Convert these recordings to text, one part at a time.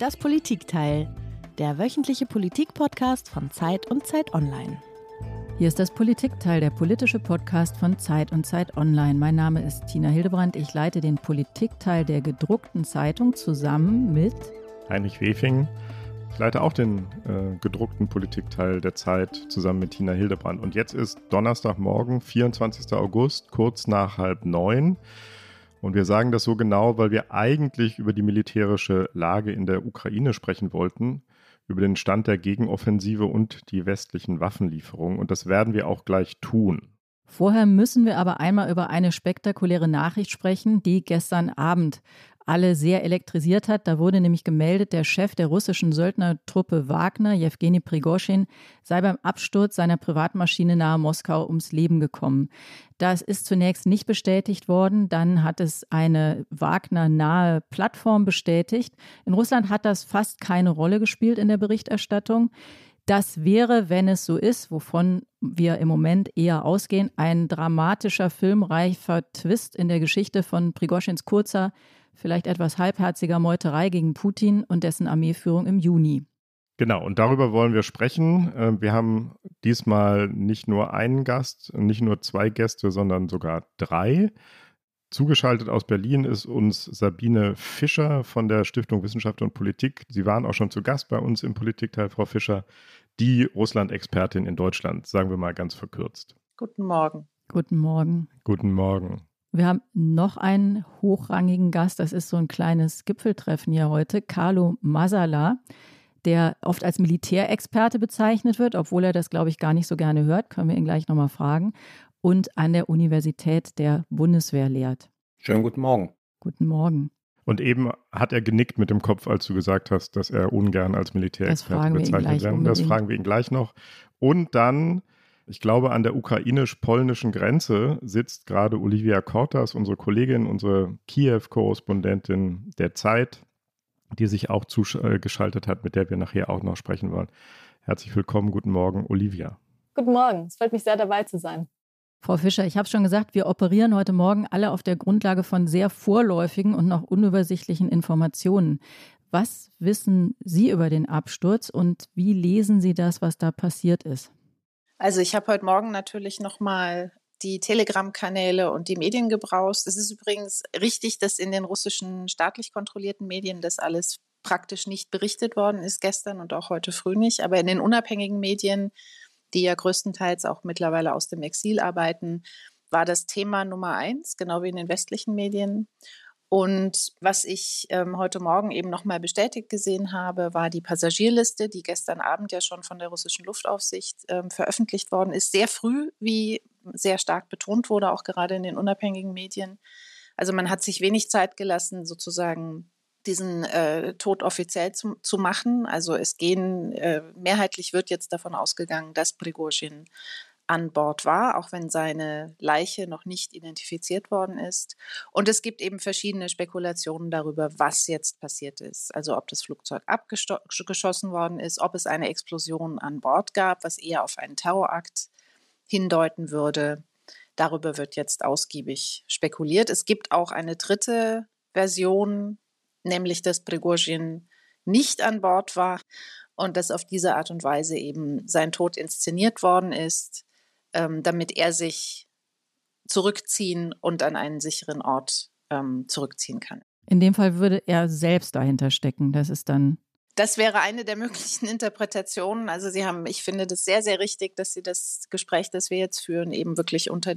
Das Politikteil, der wöchentliche Politik-Podcast von Zeit und Zeit Online. Hier ist das Politikteil, der politische Podcast von Zeit und Zeit Online. Mein Name ist Tina Hildebrandt. Ich leite den Politikteil der gedruckten Zeitung zusammen mit Heinrich Wefing. Ich leite auch den gedruckten Politikteil der Zeit zusammen mit Tina Hildebrandt. Und jetzt ist Donnerstagmorgen, 24. August, kurz nach 8:30. Und wir sagen das so genau, weil wir eigentlich über die militärische Lage in der Ukraine sprechen wollten, über den Stand der Gegenoffensive und die westlichen Waffenlieferungen. Und das werden wir auch gleich tun. Vorher müssen wir aber einmal über eine spektakuläre Nachricht sprechen, die gestern Abend alle sehr elektrisiert hat. Da wurde nämlich gemeldet, der Chef der russischen Söldnertruppe Wagner, Jewgeni Prigoschin, sei beim Absturz seiner Privatmaschine nahe Moskau ums Leben gekommen. Das ist zunächst nicht bestätigt worden, dann hat es eine Wagner-nahe Plattform bestätigt. In Russland hat das fast keine Rolle gespielt in der Berichterstattung. Das wäre, wenn es so ist, wovon wir im Moment eher ausgehen, ein dramatischer, filmreicher Twist in der Geschichte von Prigoschins kurzer, vielleicht etwas halbherziger Meuterei gegen Putin und dessen Armeeführung im Juni. Genau, und darüber wollen wir sprechen. Wir haben diesmal nicht nur einen Gast, nicht nur zwei Gäste, sondern sogar drei. Zugeschaltet aus Berlin ist uns Sabine Fischer von der Stiftung Wissenschaft und Politik. Sie waren auch schon zu Gast bei uns im Politikteil, Frau Fischer, die Russland-Expertin in Deutschland, sagen wir mal ganz verkürzt. Guten Morgen. Guten Morgen. Guten Morgen. Wir haben noch einen hochrangigen Gast, das ist so ein kleines Gipfeltreffen hier heute, Carlo Masala, der oft als Militärexperte bezeichnet wird, obwohl er das, glaube ich, gar nicht so gerne hört, können wir ihn gleich nochmal fragen, und an der Universität der Bundeswehr lehrt. Schönen guten Morgen. Guten Morgen. Und eben hat er genickt mit dem Kopf, als du gesagt hast, dass er ungern als Militärexperte bezeichnet wird. Das fragen wir ihn gleich noch. Und dann, ich glaube, an der ukrainisch-polnischen Grenze sitzt gerade Olivia Kortas, unsere Kollegin, unsere Kiew-Korrespondentin der Zeit, die sich auch zugeschaltet hat, mit der wir nachher auch noch sprechen wollen. Herzlich willkommen, guten Morgen, Olivia. Guten Morgen, es freut mich sehr, dabei zu sein. Frau Fischer, ich habe es schon gesagt, wir operieren heute Morgen alle auf der Grundlage von sehr vorläufigen und noch unübersichtlichen Informationen. Was wissen Sie über den Absturz und wie lesen Sie das, was da passiert ist? Also ich habe heute Morgen natürlich nochmal die Telegram-Kanäle und die Medien gebraucht. Es ist übrigens richtig, dass in den russischen staatlich kontrollierten Medien das alles praktisch nicht berichtet worden ist, gestern und auch heute früh nicht. Aber in den unabhängigen Medien, die ja größtenteils auch mittlerweile aus dem Exil arbeiten, war das Thema Nummer 1, genau wie in den westlichen Medien. Und was ich heute Morgen eben nochmal bestätigt gesehen habe, war die Passagierliste, die gestern Abend ja schon von der russischen Luftaufsicht veröffentlicht worden ist. Sehr früh, wie sehr stark betont wurde, auch gerade in den unabhängigen Medien. Also man hat sich wenig Zeit gelassen, sozusagen diesen Tod offiziell zu machen. Also mehrheitlich wird jetzt davon ausgegangen, dass Prigoschin an Bord war, auch wenn seine Leiche noch nicht identifiziert worden ist. Und es gibt eben verschiedene Spekulationen darüber, was jetzt passiert ist. Also ob das Flugzeug abgeschossen worden ist, ob es eine Explosion an Bord gab, was eher auf einen Terrorakt hindeuten würde. Darüber wird jetzt ausgiebig spekuliert. Es gibt auch eine dritte Version, nämlich dass Prigoschin nicht an Bord war und dass auf diese Art und Weise eben sein Tod inszeniert worden ist, damit er sich zurückziehen und an einen sicheren Ort zurückziehen kann. In dem Fall würde er selbst dahinter stecken. Das wäre eine der möglichen Interpretationen. Also ich finde das sehr, sehr richtig, dass Sie das Gespräch, das wir jetzt führen, eben wirklich unter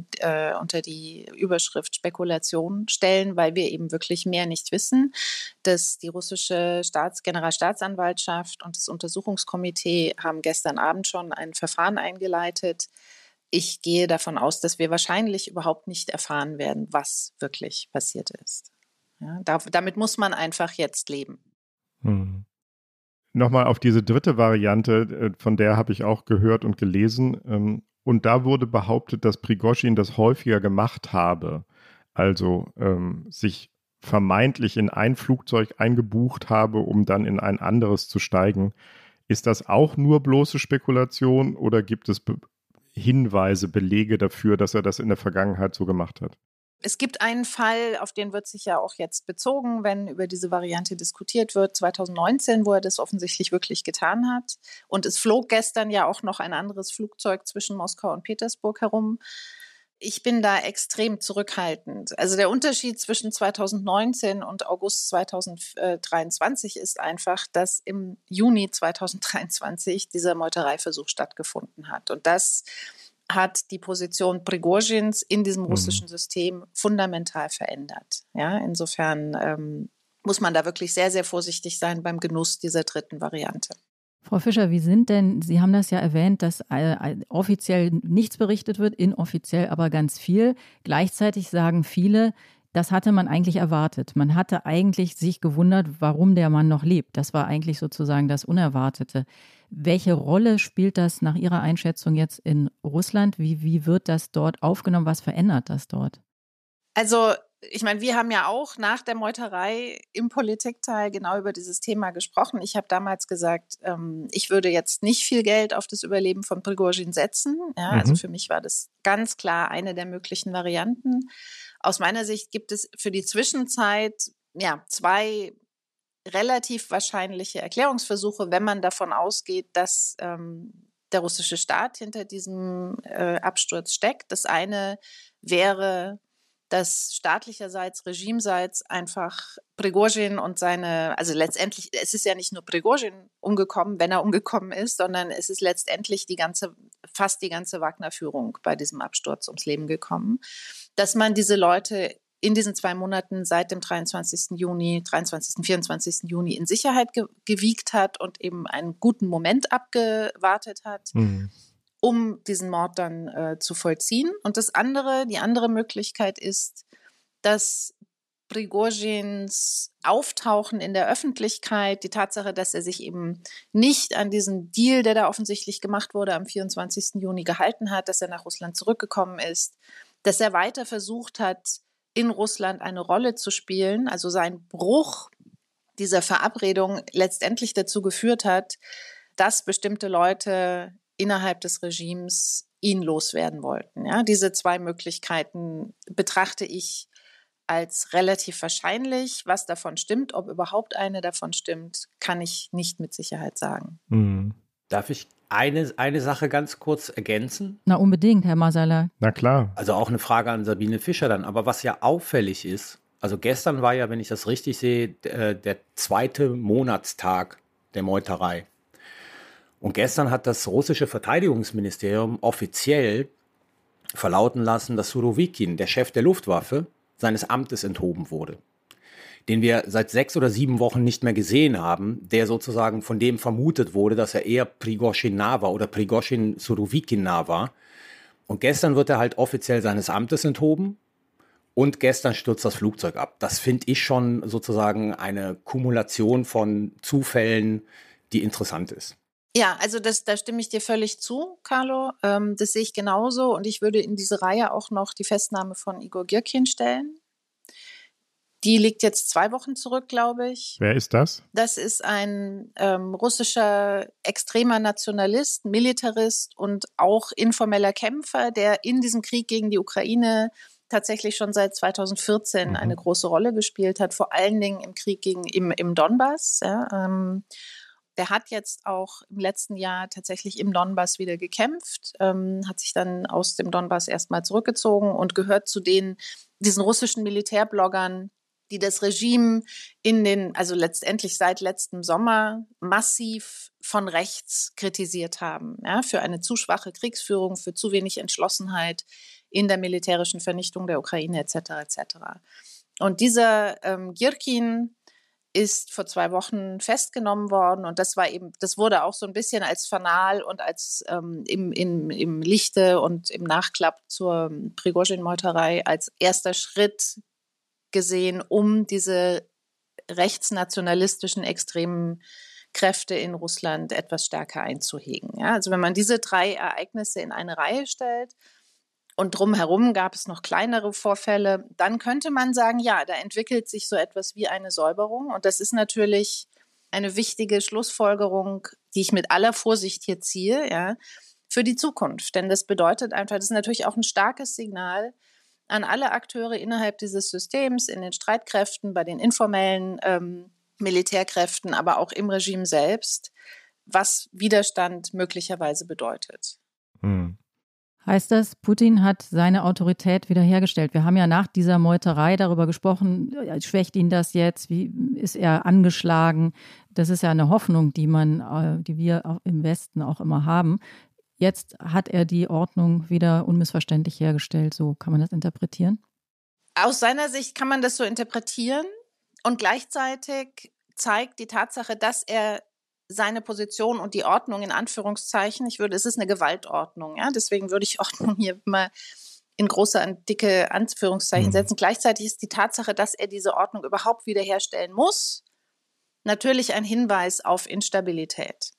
die Überschrift Spekulation stellen, weil wir eben wirklich mehr nicht wissen. Dass die russische Generalstaatsanwaltschaft und das Untersuchungskomitee haben gestern Abend schon ein Verfahren eingeleitet. Ich gehe davon aus, dass wir wahrscheinlich überhaupt nicht erfahren werden, was wirklich passiert ist. Ja, damit muss man einfach jetzt leben. Nochmal auf diese dritte Variante, von der habe ich auch gehört und gelesen. Und da wurde behauptet, dass Prigoschin das häufiger gemacht habe. Also sich vermeintlich in ein Flugzeug eingebucht habe, um dann in ein anderes zu steigen. Ist das auch nur bloße Spekulation oder gibt es Hinweise, Belege dafür, dass er das in der Vergangenheit so gemacht hat? Es gibt einen Fall, auf den wird sich ja auch jetzt bezogen, wenn über diese Variante diskutiert wird, 2019, wo er das offensichtlich wirklich getan hat. Und es flog gestern ja auch noch ein anderes Flugzeug zwischen Moskau und Petersburg herum. Ich bin da extrem zurückhaltend. Also der Unterschied zwischen 2019 und August 2023 ist einfach, dass im Juni 2023 dieser Meutereiversuch stattgefunden hat. Und das hat die Position Prigozhins in diesem russischen System fundamental verändert. Ja, insofern muss man da wirklich sehr, sehr vorsichtig sein beim Genuss dieser dritten Variante. Frau Fischer, wie sind denn, Sie haben das ja erwähnt, dass offiziell nichts berichtet wird, inoffiziell aber ganz viel. Gleichzeitig sagen viele, das hatte man eigentlich erwartet. Man hatte eigentlich sich gewundert, warum der Mann noch lebt. Das war eigentlich sozusagen das Unerwartete. Welche Rolle spielt das nach Ihrer Einschätzung jetzt in Russland? Wie wird das dort aufgenommen? Was verändert das dort? Also ich meine, wir haben ja auch nach der Meuterei im Politikteil genau über dieses Thema gesprochen. Ich habe damals gesagt, ich würde jetzt nicht viel Geld auf das Überleben von Prigozhin setzen. Ja, also für mich war das ganz klar eine der möglichen Varianten. Aus meiner Sicht gibt es für die Zwischenzeit zwei relativ wahrscheinliche Erklärungsversuche, wenn man davon ausgeht, dass der russische Staat hinter diesem Absturz steckt. Das eine wäre, dass staatlicherseits, regimeseits einfach Prigozhin und also letztendlich, es ist ja nicht nur Prigozhin umgekommen, wenn er umgekommen ist, sondern es ist letztendlich fast die ganze Wagner-Führung bei diesem Absturz ums Leben gekommen, dass man diese Leute in diesen 2 Monaten seit dem 24. Juni in Sicherheit gewiegt hat und eben einen guten Moment abgewartet hat, um diesen Mord dann zu vollziehen. Und die andere Möglichkeit ist, dass Prigozhins Auftauchen in der Öffentlichkeit, die Tatsache, dass er sich eben nicht an diesen Deal, der da offensichtlich gemacht wurde, am 24. Juni gehalten hat, dass er nach Russland zurückgekommen ist, dass er weiter versucht hat, in Russland eine Rolle zu spielen, also sein Bruch dieser Verabredung letztendlich dazu geführt hat, dass bestimmte Leute innerhalb des Regimes ihn loswerden wollten. Ja, diese 2 Möglichkeiten betrachte ich als relativ wahrscheinlich. Was davon stimmt, ob überhaupt eine davon stimmt, kann ich nicht mit Sicherheit sagen. Darf ich eine Sache ganz kurz ergänzen? Na, unbedingt, Herr Masala. Na klar. Also auch eine Frage an Sabine Fischer dann. Aber was ja auffällig ist, also gestern war ja, wenn ich das richtig sehe, der 2. Monatstag der Meuterei. Und gestern hat das russische Verteidigungsministerium offiziell verlauten lassen, dass Surovikin, der Chef der Luftwaffe, seines Amtes enthoben wurde, den wir seit 6 oder 7 Wochen nicht mehr gesehen haben, der sozusagen von dem vermutet wurde, dass er eher Prigozhin nah war oder Prigozhin Surovikin nah war. Und gestern wird er halt offiziell seines Amtes enthoben und gestern stürzt das Flugzeug ab. Das finde ich schon sozusagen eine Kumulation von Zufällen, die interessant ist. Ja, also da stimme ich dir völlig zu, Carlo. Das sehe ich genauso. Und ich würde in diese Reihe auch noch die Festnahme von Igor Girkin stellen. Die liegt jetzt 2 Wochen zurück, glaube ich. Wer ist das? Das ist ein russischer extremer Nationalist, Militarist und auch informeller Kämpfer, der in diesem Krieg gegen die Ukraine tatsächlich schon seit 2014 eine große Rolle gespielt hat, vor allen Dingen im Krieg im Donbass. Ja, der hat jetzt auch im letzten Jahr tatsächlich im Donbass wieder gekämpft, hat sich dann aus dem Donbass erstmal zurückgezogen und gehört zu diesen russischen Militärbloggern, die das Regime also letztendlich seit letztem Sommer massiv von rechts kritisiert haben, ja, für eine zu schwache Kriegsführung, für zu wenig Entschlossenheit in der militärischen Vernichtung der Ukraine etc. etc. Und dieser Girkin ist vor 2 Wochen festgenommen worden und das wurde auch so ein bisschen als Fanal und als im Lichte und im Nachklapp zur Prigozhin-Meuterei als erster Schritt gesehen, um diese rechtsnationalistischen extremen Kräfte in Russland etwas stärker einzuhegen. Ja, also wenn man diese 3 Ereignisse in eine Reihe stellt und drumherum gab es noch kleinere Vorfälle, dann könnte man sagen, ja, da entwickelt sich so etwas wie eine Säuberung. Und das ist natürlich eine wichtige Schlussfolgerung, die ich mit aller Vorsicht hier ziehe, ja, für die Zukunft. Denn das bedeutet einfach, das ist natürlich auch ein starkes Signal, an alle Akteure innerhalb dieses Systems, in den Streitkräften, bei den informellen Militärkräften, aber auch im Regime selbst, was Widerstand möglicherweise bedeutet. Heißt das, Putin hat seine Autorität wiederhergestellt? Wir haben ja nach dieser Meuterei darüber gesprochen, schwächt ihn das jetzt? Wie ist er angeschlagen? Das ist ja eine Hoffnung, die wir auch im Westen auch immer haben. Jetzt hat er die Ordnung wieder unmissverständlich hergestellt. So kann man das interpretieren? Aus seiner Sicht kann man das so interpretieren. Und gleichzeitig zeigt die Tatsache, dass er seine Position und die Ordnung in Anführungszeichen, es ist eine Gewaltordnung, ja, deswegen würde ich Ordnung hier mal in große, dicke Anführungszeichen setzen. Gleichzeitig ist die Tatsache, dass er diese Ordnung überhaupt wiederherstellen muss, natürlich ein Hinweis auf Instabilität.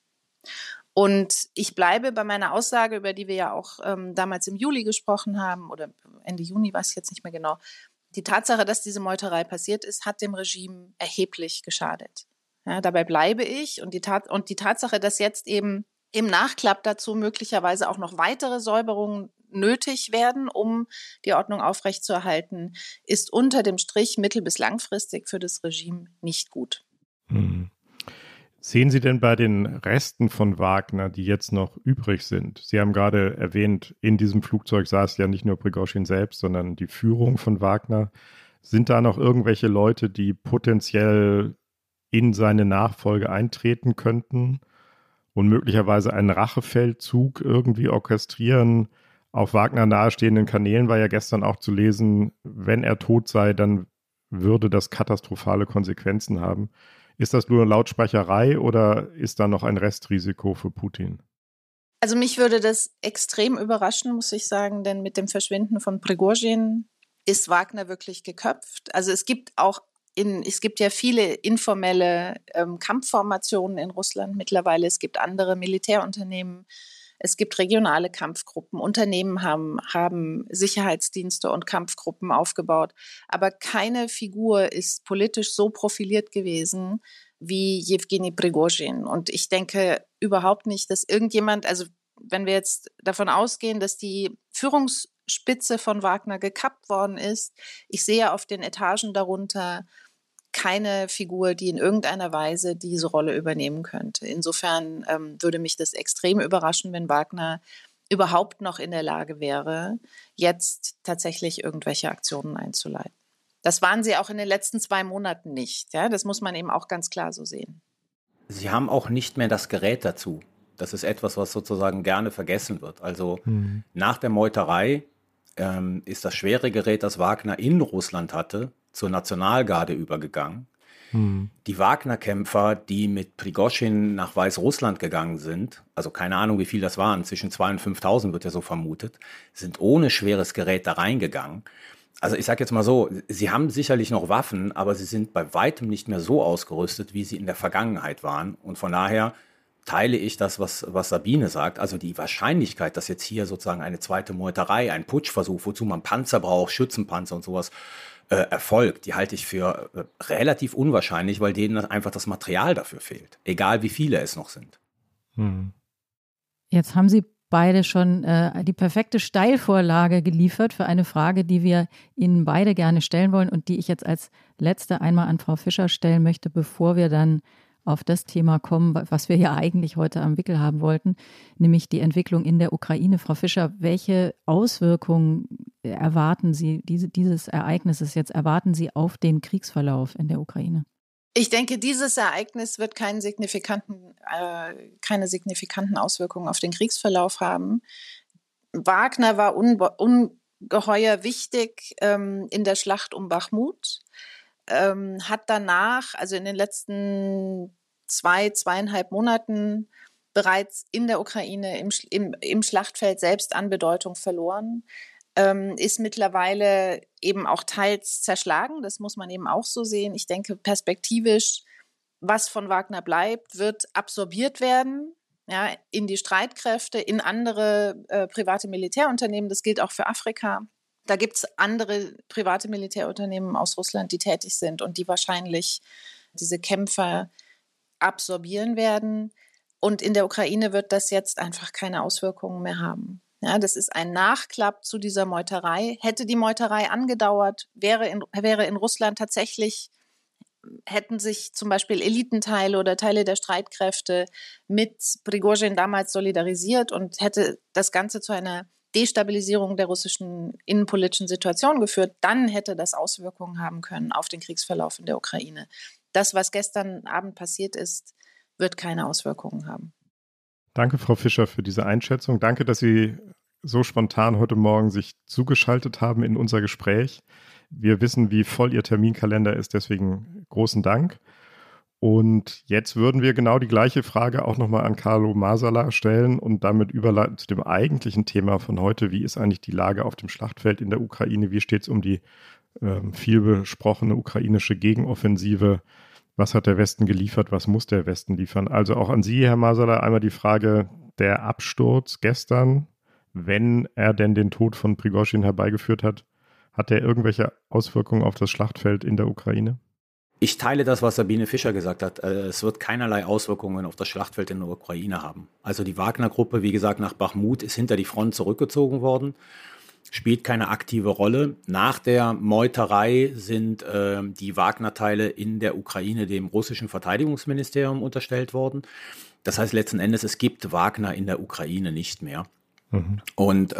Und ich bleibe bei meiner Aussage, über die wir ja auch damals im Juli gesprochen haben, oder Ende Juni, weiß ich jetzt nicht mehr genau. Die Tatsache, dass diese Meuterei passiert ist, hat dem Regime erheblich geschadet. Ja, dabei bleibe ich und die Tatsache, dass jetzt eben im Nachklapp dazu möglicherweise auch noch weitere Säuberungen nötig werden, um die Ordnung aufrechtzuerhalten, ist unter dem Strich mittel- bis langfristig für das Regime nicht gut. Sehen Sie denn bei den Resten von Wagner, die jetzt noch übrig sind? Sie haben gerade erwähnt, in diesem Flugzeug saß ja nicht nur Prigoschin selbst, sondern die Führung von Wagner. Sind da noch irgendwelche Leute, die potenziell in seine Nachfolge eintreten könnten und möglicherweise einen Rachefeldzug irgendwie orchestrieren? Auf Wagner nahestehenden Kanälen war ja gestern auch zu lesen, wenn er tot sei, dann würde das katastrophale Konsequenzen haben. Ist das nur Lautsprecherei oder ist da noch ein Restrisiko für Putin? Also mich würde das extrem überraschen, muss ich sagen, denn mit dem Verschwinden von Prigoschin ist Wagner wirklich geköpft. Also es gibt ja viele informelle Kampfformationen in Russland mittlerweile. Es gibt andere Militärunternehmen. Es gibt regionale Kampfgruppen. Unternehmen haben Sicherheitsdienste und Kampfgruppen aufgebaut. Aber keine Figur ist politisch so profiliert gewesen wie Jewgeni Prigoschin. Und ich denke überhaupt nicht, dass irgendjemand, also wenn wir jetzt davon ausgehen, dass die Führungsspitze von Wagner gekappt worden ist, ich sehe auf den Etagen darunter keine Figur, die in irgendeiner Weise diese Rolle übernehmen könnte. Insofern würde mich das extrem überraschen, wenn Wagner überhaupt noch in der Lage wäre, jetzt tatsächlich irgendwelche Aktionen einzuleiten. Das waren sie auch in den letzten 2 Monaten nicht. Ja? Das muss man eben auch ganz klar so sehen. Sie haben auch nicht mehr das Gerät dazu. Das ist etwas, was sozusagen gerne vergessen wird. Also nach der Meuterei ist das schwere Gerät, das Wagner in Russland hatte, zur Nationalgarde übergegangen. Die Wagner-Kämpfer, die mit Prigoschin nach Weißrussland gegangen sind, also keine Ahnung, wie viel das waren, zwischen 2.000 und 5.000 wird ja so vermutet, sind ohne schweres Gerät da reingegangen. Also ich sage jetzt mal so, sie haben sicherlich noch Waffen, aber sie sind bei weitem nicht mehr so ausgerüstet, wie sie in der Vergangenheit waren. Und von daher teile ich das, was Sabine sagt. Also die Wahrscheinlichkeit, dass jetzt hier sozusagen eine zweite Meuterei, ein Putschversuch, wozu man Panzer braucht, Schützenpanzer und sowas, erfolgt, die halte ich für relativ unwahrscheinlich, weil denen einfach das Material dafür fehlt. Egal wie viele es noch sind. Jetzt haben Sie beide schon die perfekte Steilvorlage geliefert für eine Frage, die wir Ihnen beide gerne stellen wollen und die ich jetzt als letzte einmal an Frau Fischer stellen möchte, bevor wir dann auf das Thema kommen, was wir ja eigentlich heute am Wickel haben wollten, nämlich die Entwicklung in der Ukraine. Frau Fischer, welche Auswirkungen erwarten Sie, dieses Ereignisses jetzt, erwarten Sie auf den Kriegsverlauf in der Ukraine? Ich denke, dieses Ereignis wird keine signifikanten Auswirkungen auf den Kriegsverlauf haben. Wagner war ungeheuer wichtig in der Schlacht um Bachmut, hat danach, also in den letzten 2,5 Monaten bereits in der Ukraine im Schlachtfeld selbst an Bedeutung verloren, ist mittlerweile eben auch teils zerschlagen. Das muss man eben auch so sehen. Ich denke, perspektivisch, was von Wagner bleibt, wird absorbiert werden, ja, in die Streitkräfte, in andere private Militärunternehmen. Das gilt auch für Afrika. Da gibt es andere private Militärunternehmen aus Russland, die tätig sind und die wahrscheinlich diese Kämpfer absorbieren werden. Und in der Ukraine wird das jetzt einfach keine Auswirkungen mehr haben. Ja, das ist ein Nachklapp zu dieser Meuterei. Hätte die Meuterei angedauert, wäre in Russland tatsächlich, hätten sich zum Beispiel Elitenteile oder Teile der Streitkräfte mit Prigozhin damals solidarisiert und hätte das Ganze zu einer Destabilisierung der russischen innenpolitischen Situation geführt, dann hätte das Auswirkungen haben können auf den Kriegsverlauf in der Ukraine. Das, was gestern Abend passiert ist, wird keine Auswirkungen haben. Danke, Frau Fischer, für diese Einschätzung. Danke, dass Sie so spontan heute Morgen sich zugeschaltet haben in unser Gespräch. Wir wissen, wie voll Ihr Terminkalender ist, deswegen großen Dank. Und jetzt würden wir genau die gleiche Frage auch nochmal an Carlo Masala stellen und damit überleiten zu dem eigentlichen Thema von heute. Wie ist eigentlich die Lage auf dem Schlachtfeld in der Ukraine? Wie steht es um die viel besprochene ukrainische Gegenoffensive? Was hat der Westen geliefert? Was muss der Westen liefern? Also auch an Sie, Herr Masala, einmal die Frage, der Absturz gestern, wenn er denn den Tod von Prigozhin herbeigeführt hat, hat er irgendwelche Auswirkungen auf das Schlachtfeld in der Ukraine? Ich teile das, was Sabine Fischer gesagt hat. Es wird keinerlei Auswirkungen auf das Schlachtfeld in der Ukraine haben. Also die Wagner-Gruppe, wie gesagt, nach Bachmut ist hinter die Front zurückgezogen worden, spielt keine aktive Rolle. Nach der Meuterei sind die Wagner-Teile in der Ukraine dem russischen Verteidigungsministerium unterstellt worden. Das heißt letzten Endes, es gibt Wagner in der Ukraine nicht mehr. Mhm. Und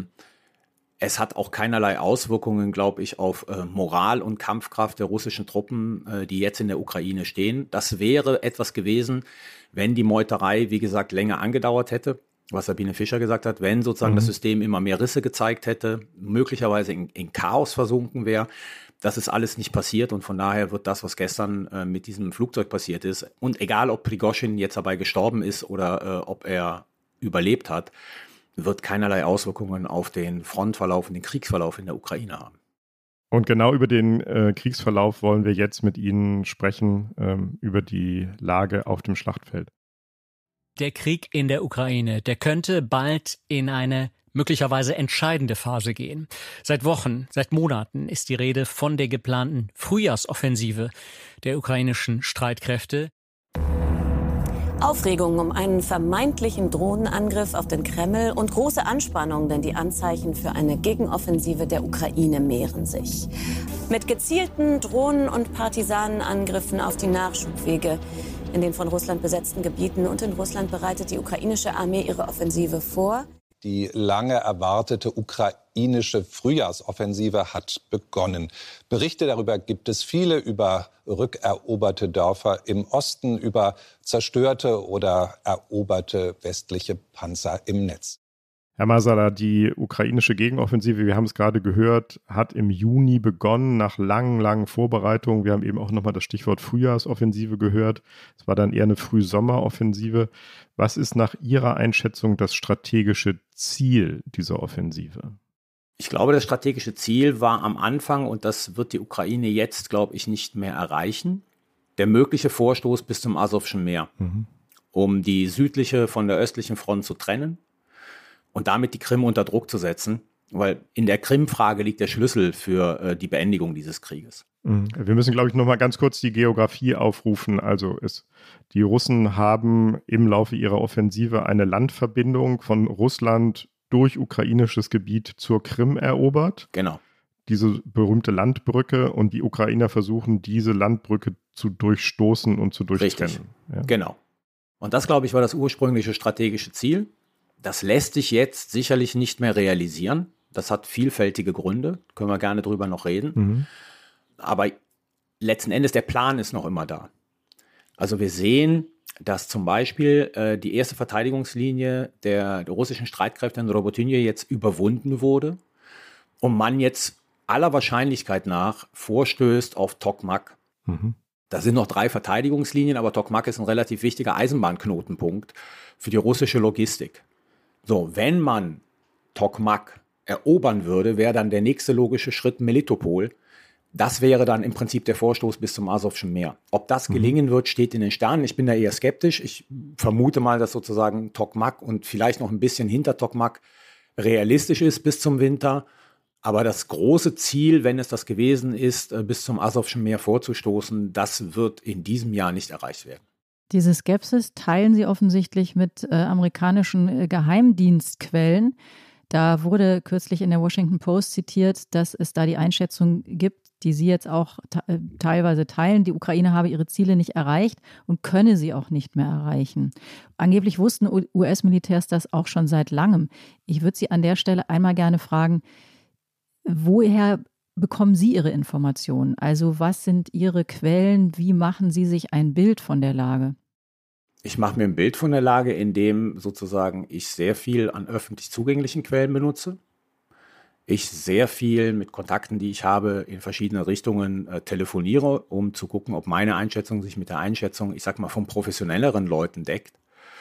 es hat auch keinerlei Auswirkungen, glaube ich, auf Moral und Kampfkraft der russischen Truppen, die jetzt in der Ukraine stehen. Das wäre etwas gewesen, wenn die Meuterei, wie gesagt, länger angedauert hätte, was Sabine Fischer gesagt hat, wenn sozusagen das System immer mehr Risse gezeigt hätte, möglicherweise in Chaos versunken wäre. Das ist alles nicht passiert und von daher wird das, was gestern mit diesem Flugzeug passiert ist, und egal, ob Prigozhin jetzt dabei gestorben ist oder ob er überlebt hat, wird keinerlei Auswirkungen auf den Frontverlauf und den Kriegsverlauf in der Ukraine haben. Und genau über den Kriegsverlauf wollen wir jetzt mit Ihnen sprechen, über die Lage auf dem Schlachtfeld. Der Krieg in der Ukraine, der könnte bald in eine möglicherweise entscheidende Phase gehen. Seit Wochen, seit Monaten ist die Rede von der geplanten Frühjahrsoffensive der ukrainischen Streitkräfte. Aufregung um einen vermeintlichen Drohnenangriff auf den Kreml und große Anspannung, denn die Anzeichen für eine Gegenoffensive der Ukraine mehren sich. Mit gezielten Drohnen- und Partisanenangriffen auf die Nachschubwege in den von Russland besetzten Gebieten und in Russland bereitet die ukrainische Armee ihre Offensive vor. Die lange erwartete ukrainische Frühjahrsoffensive hat begonnen. Berichte darüber gibt es viele, über rückeroberte Dörfer im Osten, über zerstörte oder eroberte westliche Panzer im Netz. Herr Masala, die ukrainische Gegenoffensive, wir haben es gerade gehört, hat im Juni begonnen, nach langen Vorbereitungen. Wir haben eben auch nochmal das Stichwort Frühjahrsoffensive gehört. Es war dann eher eine Frühsommeroffensive. Was ist nach Ihrer Einschätzung das strategische Ziel dieser Offensive? Ich glaube, das strategische Ziel war am Anfang, und das wird die Ukraine jetzt, glaube ich, nicht mehr erreichen, der mögliche Vorstoß bis zum Asowschen Meer, um die südliche von der östlichen Front zu trennen und damit die Krim unter Druck zu setzen, weil in der Krim-Frage liegt der Schlüssel für die Beendigung dieses Krieges. Wir müssen, glaube ich, noch mal ganz kurz die Geografie aufrufen. Also die Russen haben im Laufe ihrer Offensive eine Landverbindung von Russland durch ukrainisches Gebiet zur Krim erobert. Genau. Diese berühmte Landbrücke, und die Ukrainer versuchen, diese Landbrücke zu durchstoßen und zu durchtrennen. Ja. Genau. Und das, glaube ich, war das ursprüngliche strategische Ziel. Das lässt sich jetzt sicherlich nicht mehr realisieren. Das hat vielfältige Gründe, können wir gerne drüber noch reden. Aber letzten Endes, der Plan ist noch immer da. Also wir sehen, dass zum Beispiel die erste Verteidigungslinie der russischen Streitkräfte in Robotyne jetzt überwunden wurde und man jetzt aller Wahrscheinlichkeit nach vorstößt auf Tokmak. Da sind noch 3 Verteidigungslinien, aber Tokmak ist ein relativ wichtiger Eisenbahnknotenpunkt für die russische Logistik. So, wenn man Tokmak erobern würde, wäre dann der nächste logische Schritt Melitopol. Das wäre dann im Prinzip der Vorstoß bis zum Asowschen Meer. Ob das gelingen wird, steht in den Sternen. Ich bin da eher skeptisch. Ich vermute mal, dass sozusagen Tokmak und vielleicht noch ein bisschen hinter Tokmak realistisch ist bis zum Winter. Aber das große Ziel, wenn es das gewesen ist, bis zum Asowschen Meer vorzustoßen, das wird in diesem Jahr nicht erreicht werden. Diese Skepsis teilen Sie offensichtlich mit amerikanischen Geheimdienstquellen. Da wurde kürzlich in der Washington Post zitiert, dass es da die Einschätzung gibt, die Sie jetzt auch teilweise teilen, die Ukraine habe ihre Ziele nicht erreicht und könne sie auch nicht mehr erreichen. Angeblich wussten US-Militärs das auch schon seit langem. Ich würde Sie an der Stelle einmal gerne fragen, woher bekommen Sie Ihre Informationen? Also was sind Ihre Quellen? Wie machen Sie sich ein Bild von der Lage? Ich mache mir ein Bild von der Lage, indem sozusagen ich sehr viel an öffentlich zugänglichen Quellen benutze. Ich sehr viel mit Kontakten, die ich habe, in verschiedene Richtungen telefoniere, um zu gucken, ob meine Einschätzung sich mit der Einschätzung, ich sag mal, von professionelleren Leuten deckt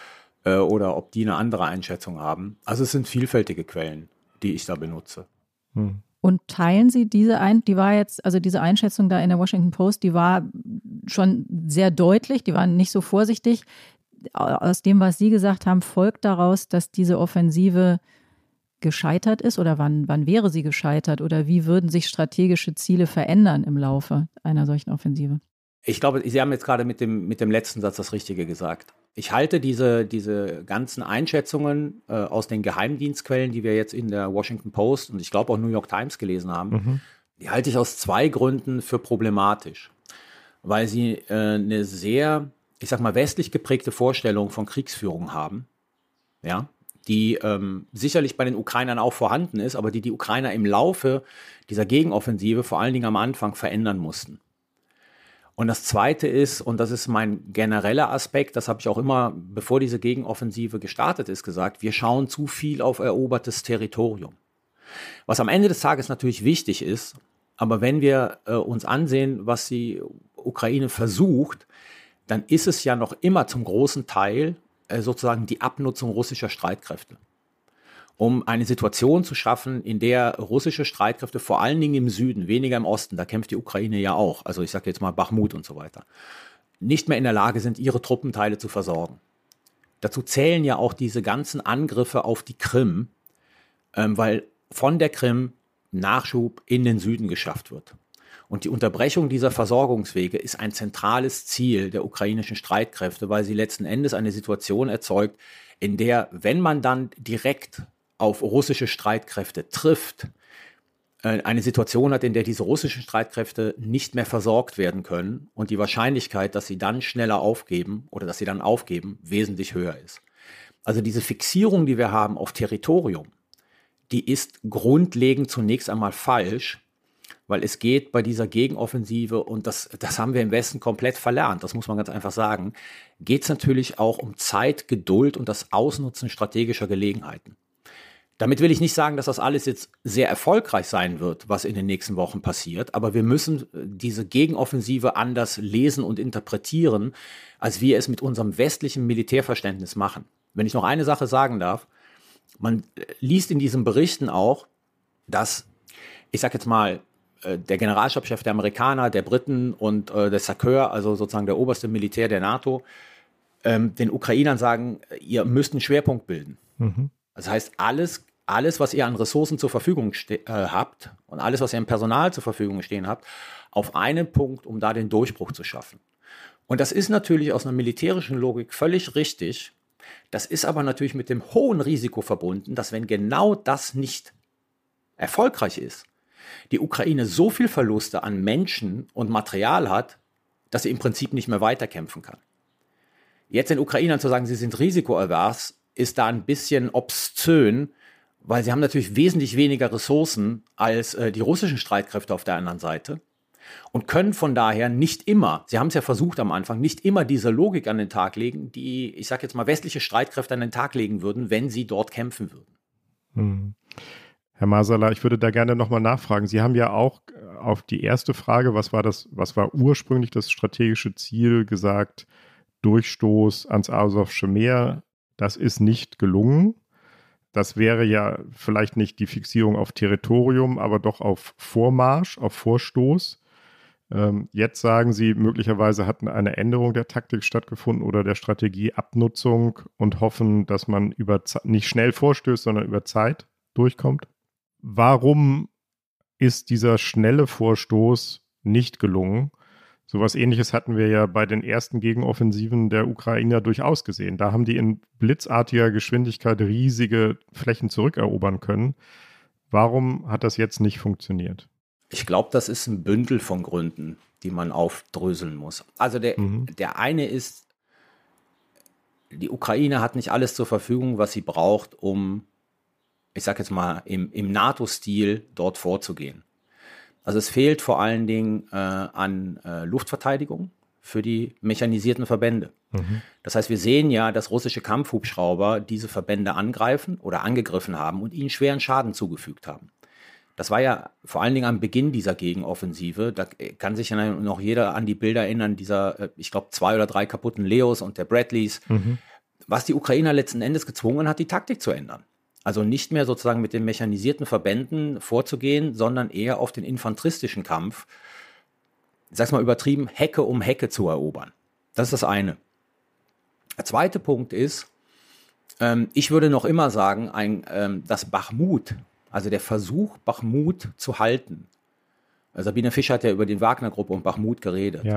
oder ob die eine andere Einschätzung haben. Also es sind vielfältige Quellen, die ich da benutze. Und teilen Sie diese diese Einschätzung da in der Washington Post, die war schon sehr deutlich, die waren nicht so vorsichtig. Aus dem, was Sie gesagt haben, folgt daraus, dass diese Offensive gescheitert ist oder wann wäre sie gescheitert oder wie würden sich strategische Ziele verändern im Laufe einer solchen Offensive? Ich glaube, Sie haben jetzt gerade mit dem letzten Satz das Richtige gesagt. Ich halte diese ganzen Einschätzungen aus den Geheimdienstquellen, die wir jetzt in der Washington Post und ich glaube auch New York Times gelesen haben, die halte ich aus 2 Gründen für problematisch. Weil sie eine sehr, ich sag mal, westlich geprägte Vorstellung von Kriegsführung haben, ja, die sicherlich bei den Ukrainern auch vorhanden ist, aber die Ukrainer im Laufe dieser Gegenoffensive, vor allen Dingen am Anfang, verändern mussten. Und das Zweite ist, und das ist mein genereller Aspekt, das habe ich auch immer, bevor diese Gegenoffensive gestartet ist, gesagt, wir schauen zu viel auf erobertes Territorium. Was am Ende des Tages natürlich wichtig ist, aber wenn wir uns ansehen, was die Ukraine versucht, dann ist es ja noch immer zum großen Teil sozusagen die Abnutzung russischer Streitkräfte. Um eine Situation zu schaffen, in der russische Streitkräfte, vor allen Dingen im Süden, weniger im Osten, da kämpft die Ukraine ja auch, also ich sage jetzt mal Bachmut und so weiter, nicht mehr in der Lage sind, ihre Truppenteile zu versorgen. Dazu zählen ja auch diese ganzen Angriffe auf die Krim, weil von der Krim Nachschub in den Süden geschafft wird. Und die Unterbrechung dieser Versorgungswege ist ein zentrales Ziel der ukrainischen Streitkräfte, weil sie letzten Endes eine Situation erzeugt, in der, wenn man dann direkt auf russische Streitkräfte trifft, eine Situation hat, in der diese russischen Streitkräfte nicht mehr versorgt werden können und die Wahrscheinlichkeit, dass sie dann schneller aufgeben oder dass sie dann aufgeben, wesentlich höher ist. Also diese Fixierung, die wir haben auf Territorium, die ist grundlegend zunächst einmal falsch, weil es geht bei dieser Gegenoffensive, und das haben wir im Westen komplett verlernt, das muss man ganz einfach sagen, geht es natürlich auch um Zeit, Geduld und das Ausnutzen strategischer Gelegenheiten. Damit will ich nicht sagen, dass das alles jetzt sehr erfolgreich sein wird, was in den nächsten Wochen passiert, aber wir müssen diese Gegenoffensive anders lesen und interpretieren, als wir es mit unserem westlichen Militärverständnis machen. Wenn ich noch eine Sache sagen darf, man liest in diesen Berichten auch, dass, ich sage jetzt mal, der Generalstabschef der Amerikaner, der Briten und der SACEUR, also sozusagen der oberste Militär der NATO, den Ukrainern sagen, ihr müsst einen Schwerpunkt bilden. Das heißt, alles, was ihr an Ressourcen zur Verfügung habt und alles, was ihr an Personal zur Verfügung stehen habt, auf einen Punkt, um da den Durchbruch zu schaffen. Und das ist natürlich aus einer militärischen Logik völlig richtig. Das ist aber natürlich mit dem hohen Risiko verbunden, dass wenn genau das nicht erfolgreich ist, die Ukraine so viel Verluste an Menschen und Material hat, dass sie im Prinzip nicht mehr weiterkämpfen kann. Jetzt den Ukrainern zu sagen, sie sind risikoavers, ist da ein bisschen obszön, weil sie haben natürlich wesentlich weniger Ressourcen als die russischen Streitkräfte auf der anderen Seite und können von daher nicht immer, sie haben es ja versucht am Anfang, nicht immer diese Logik an den Tag legen, die, ich sage jetzt mal, westliche Streitkräfte an den Tag legen würden, wenn sie dort kämpfen würden. Herr Masala, ich würde da gerne nochmal nachfragen. Sie haben ja auch auf die erste Frage, was war ursprünglich das strategische Ziel, gesagt, Durchstoß ans Asowsche Meer. Das ist nicht gelungen. Das wäre ja vielleicht nicht die Fixierung auf Territorium, aber doch auf Vormarsch, auf Vorstoß. Jetzt sagen Sie, möglicherweise hat eine Änderung der Taktik stattgefunden oder der Strategie, Abnutzung, und hoffen, dass man nicht schnell vorstößt, sondern über Zeit durchkommt. Warum ist dieser schnelle Vorstoß nicht gelungen? Sowas Ähnliches hatten wir ja bei den ersten Gegenoffensiven der Ukrainer durchaus gesehen. Da haben die in blitzartiger Geschwindigkeit riesige Flächen zurückerobern können. Warum hat das jetzt nicht funktioniert? Ich glaube, das ist ein Bündel von Gründen, die man aufdröseln muss. Also der eine ist, die Ukraine hat nicht alles zur Verfügung, was sie braucht, um, ich sage jetzt mal, im NATO-Stil dort vorzugehen. Also es fehlt vor allen Dingen an Luftverteidigung für die mechanisierten Verbände. Das heißt, wir sehen ja, dass russische Kampfhubschrauber diese Verbände angreifen oder angegriffen haben und ihnen schweren Schaden zugefügt haben. Das war ja vor allen Dingen am Beginn dieser Gegenoffensive. Da kann sich ja noch jeder an die Bilder erinnern, dieser, ich glaube, 2 oder 3 kaputten Leos und der Bradleys, was die Ukrainer letzten Endes gezwungen hat, die Taktik zu ändern. Also nicht mehr sozusagen mit den mechanisierten Verbänden vorzugehen, sondern eher auf den infanteristischen Kampf, ich sag's mal übertrieben, Hecke um Hecke zu erobern. Das ist das eine. Der zweite Punkt ist, ich würde noch immer sagen, dass Bachmut, also der Versuch, Bachmut zu halten, Sabine Fischer hat ja über die Wagner-Gruppe und Bachmut geredet,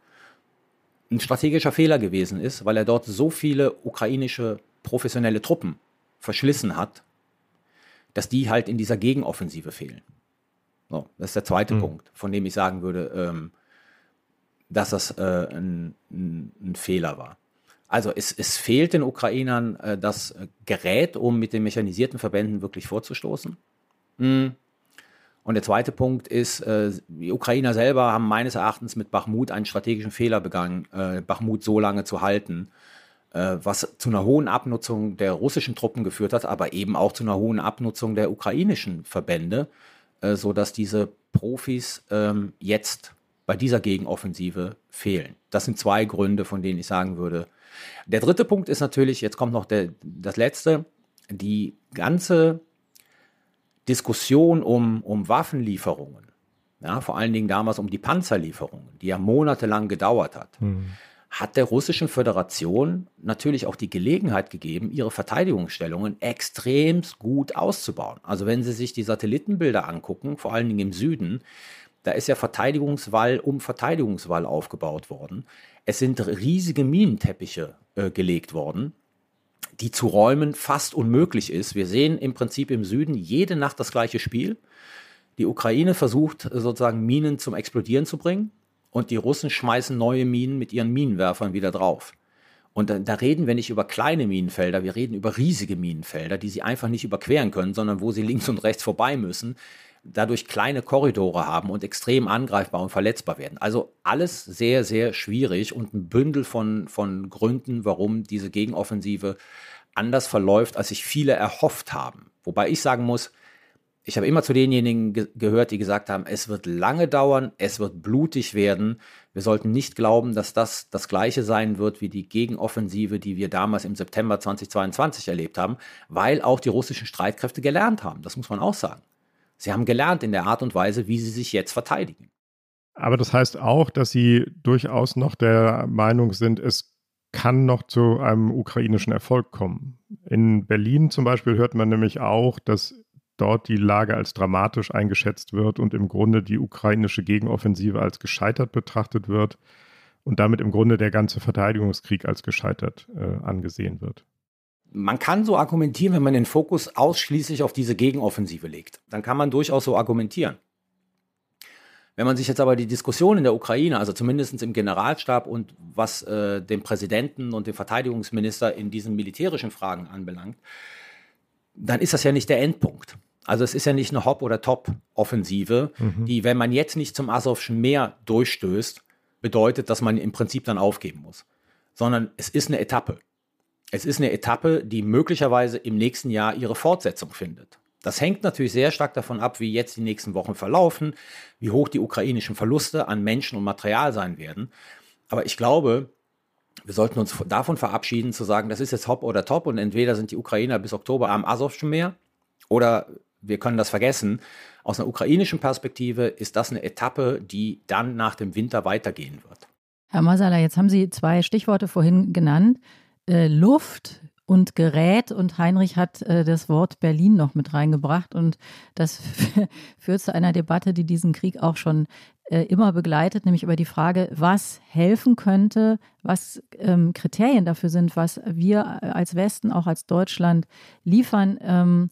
ein strategischer Fehler gewesen ist, weil er dort so viele ukrainische professionelle Truppen verschlissen hat, dass die halt in dieser Gegenoffensive fehlen. So, das ist der zweite Punkt, von dem ich sagen würde, dass das ein Fehler war. Also es fehlt den Ukrainern das Gerät, um mit den mechanisierten Verbänden wirklich vorzustoßen. Und der zweite Punkt ist, die Ukrainer selber haben meines Erachtens mit Bachmut einen strategischen Fehler begangen, Bachmut so lange zu halten, was zu einer hohen Abnutzung der russischen Truppen geführt hat, aber eben auch zu einer hohen Abnutzung der ukrainischen Verbände, sodass diese Profis jetzt bei dieser Gegenoffensive fehlen. Das sind 2 Gründe, von denen ich sagen würde. Der dritte Punkt ist natürlich, jetzt kommt noch das letzte, die ganze Diskussion um Waffenlieferungen, ja, vor allen Dingen damals um die Panzerlieferungen, die ja monatelang gedauert hat, hat der Russischen Föderation natürlich auch die Gelegenheit gegeben, ihre Verteidigungsstellungen extrem gut auszubauen. Also wenn Sie sich die Satellitenbilder angucken, vor allen Dingen im Süden, da ist ja Verteidigungswall um Verteidigungswall aufgebaut worden. Es sind riesige Minenteppiche gelegt worden, die zu räumen fast unmöglich ist. Wir sehen im Prinzip im Süden jede Nacht das gleiche Spiel. Die Ukraine versucht sozusagen Minen zum Explodieren zu bringen und die Russen schmeißen neue Minen mit ihren Minenwerfern wieder drauf. Und da reden wir nicht über kleine Minenfelder, wir reden über riesige Minenfelder, die sie einfach nicht überqueren können, sondern wo sie links und rechts vorbei müssen, dadurch kleine Korridore haben und extrem angreifbar und verletzbar werden. Also alles sehr, sehr schwierig und ein Bündel von Gründen, warum diese Gegenoffensive anders verläuft, als sich viele erhofft haben. Wobei ich sagen muss, ich habe immer zu denjenigen gehört, die gesagt haben, es wird lange dauern, es wird blutig werden. Wir sollten nicht glauben, dass das Gleiche sein wird wie die Gegenoffensive, die wir damals im September 2022 erlebt haben, weil auch die russischen Streitkräfte gelernt haben. Das muss man auch sagen. Sie haben gelernt in der Art und Weise, wie sie sich jetzt verteidigen. Aber das heißt auch, dass Sie durchaus noch der Meinung sind, es kann noch zu einem ukrainischen Erfolg kommen. In Berlin zum Beispiel hört man nämlich auch, dass dort die Lage als dramatisch eingeschätzt wird und im Grunde die ukrainische Gegenoffensive als gescheitert betrachtet wird und damit im Grunde der ganze Verteidigungskrieg als gescheitert angesehen wird. Man kann so argumentieren, wenn man den Fokus ausschließlich auf diese Gegenoffensive legt. Dann kann man durchaus so argumentieren. Wenn man sich jetzt aber die Diskussion in der Ukraine, also zumindest im Generalstab und was den Präsidenten und den Verteidigungsminister in diesen militärischen Fragen anbelangt, dann ist das ja nicht der Endpunkt. Also es ist ja nicht eine Hop- oder Top-Offensive, die, wenn man jetzt nicht zum Asowschen Meer durchstößt, bedeutet, dass man im Prinzip dann aufgeben muss. Sondern es ist eine Etappe. Es ist eine Etappe, die möglicherweise im nächsten Jahr ihre Fortsetzung findet. Das hängt natürlich sehr stark davon ab, wie jetzt die nächsten Wochen verlaufen, wie hoch die ukrainischen Verluste an Menschen und Material sein werden. Aber ich glaube, wir sollten uns davon verabschieden, zu sagen, das ist jetzt Hop oder Top und entweder sind die Ukrainer bis Oktober am Asowschen Meer oder wir können das vergessen. Aus einer ukrainischen Perspektive ist das eine Etappe, die dann nach dem Winter weitergehen wird. Herr Masala, jetzt haben Sie 2 Stichworte vorhin genannt. Luft und Gerät. Und Heinrich hat das Wort Berlin noch mit reingebracht. Und das führt zu einer Debatte, die diesen Krieg auch schon immer begleitet, nämlich über die Frage, was helfen könnte, was Kriterien dafür sind, was wir als Westen, auch als Deutschland liefern.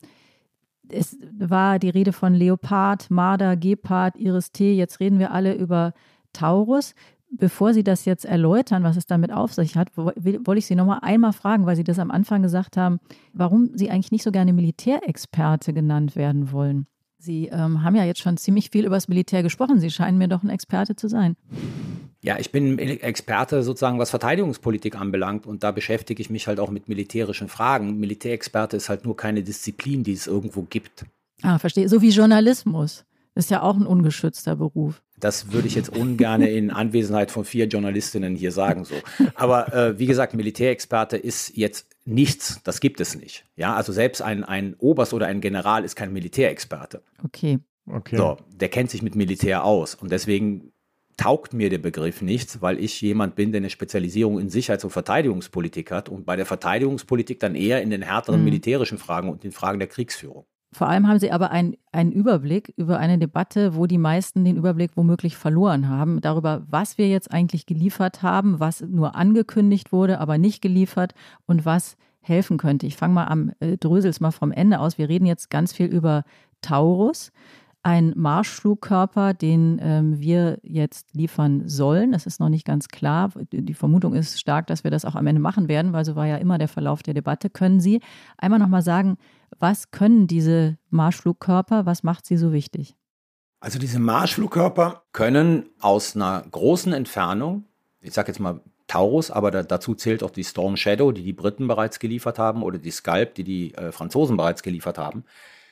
Es war die Rede von Leopard, Marder, Gepard, Iris-T. Jetzt reden wir alle über Taurus. Bevor Sie das jetzt erläutern, was es damit auf sich hat, wollte ich Sie noch mal einmal fragen, weil Sie das am Anfang gesagt haben, warum Sie eigentlich nicht so gerne Militärexperte genannt werden wollen. Sie haben ja jetzt schon ziemlich viel über das Militär gesprochen. Sie scheinen mir doch ein Experte zu sein. Ja, ich bin Experte sozusagen, was Verteidigungspolitik anbelangt, und da beschäftige ich mich halt auch mit militärischen Fragen. Militärexperte ist halt nur keine Disziplin, die es irgendwo gibt. Ah, verstehe. So wie Journalismus. Das ist ja auch ein ungeschützter Beruf. Das würde ich jetzt ungern in Anwesenheit von 4 Journalistinnen hier sagen. So. Aber wie gesagt, Militärexperte ist jetzt nichts, das gibt es nicht. Ja, also selbst ein Oberst oder ein General ist kein Militärexperte. Okay. So, der kennt sich mit Militär aus, und deswegen taugt mir der Begriff nichts, weil ich jemand bin, der eine Spezialisierung in Sicherheits- und Verteidigungspolitik hat und bei der Verteidigungspolitik dann eher in den härteren militärischen Fragen und den Fragen der Kriegsführung. Vor allem haben Sie aber einen Überblick über eine Debatte, wo die meisten den Überblick womöglich verloren haben, darüber, was wir jetzt eigentlich geliefert haben, was nur angekündigt wurde, aber nicht geliefert und was helfen könnte. Ich fange mal drösel's mal vom Ende aus. Wir reden jetzt ganz viel über Taurus, ein Marschflugkörper, den wir jetzt liefern sollen. Das ist noch nicht ganz klar. Die Vermutung ist stark, dass wir das auch am Ende machen werden, weil so war ja immer der Verlauf der Debatte. Können Sie einmal noch mal sagen, was können diese Marschflugkörper, was macht sie so wichtig? Also diese Marschflugkörper können aus einer großen Entfernung, ich sage jetzt mal Taurus, aber dazu zählt auch die Storm Shadow, die Briten bereits geliefert haben, oder die Scalp, die Franzosen bereits geliefert haben,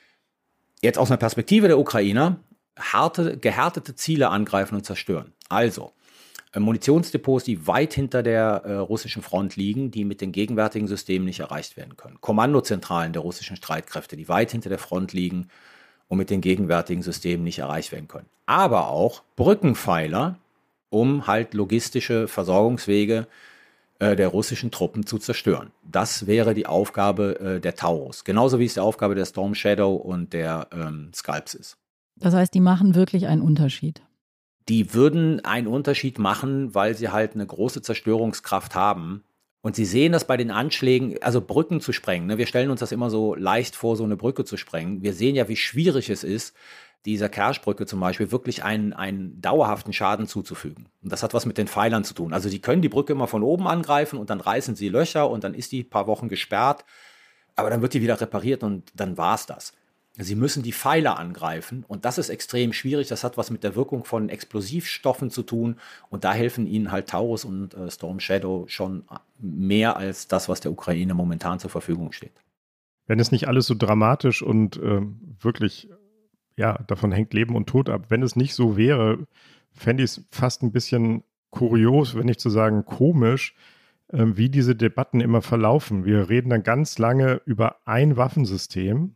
jetzt aus einer Perspektive der Ukrainer gehärtete Ziele angreifen und zerstören. Also Munitionsdepots, die weit hinter der russischen Front liegen, die mit den gegenwärtigen Systemen nicht erreicht werden können. Kommandozentralen der russischen Streitkräfte, die weit hinter der Front liegen und mit den gegenwärtigen Systemen nicht erreicht werden können. Aber auch Brückenpfeiler, um halt logistische Versorgungswege der russischen Truppen zu zerstören. Das wäre die Aufgabe der Taurus. Genauso wie es die Aufgabe der Storm Shadow und der Scalps ist. Das heißt, die machen wirklich einen Unterschied. Die würden einen Unterschied machen, weil sie halt eine große Zerstörungskraft haben. Und Sie sehen das bei den Anschlägen, also Brücken zu sprengen. Ne? Wir stellen uns das immer so leicht vor, so eine Brücke zu sprengen. Wir sehen ja, wie schwierig es ist, dieser Kerschbrücke zum Beispiel wirklich einen dauerhaften Schaden zuzufügen. Und das hat was mit den Pfeilern zu tun. Also die können die Brücke immer von oben angreifen und dann reißen sie Löcher und dann ist die ein paar Wochen gesperrt. Aber dann wird die wieder repariert und dann war's das. Sie müssen die Pfeiler angreifen und das ist extrem schwierig. Das hat was mit der Wirkung von Explosivstoffen zu tun und da helfen ihnen halt Taurus und Storm Shadow schon mehr als das, was der Ukraine momentan zur Verfügung steht. Wenn es nicht alles so dramatisch und wirklich, ja, davon hängt Leben und Tod ab. Wenn es nicht so wäre, fände ich es fast ein bisschen kurios, wenn nicht zu sagen komisch, wie diese Debatten immer verlaufen. Wir reden dann ganz lange über ein Waffensystem.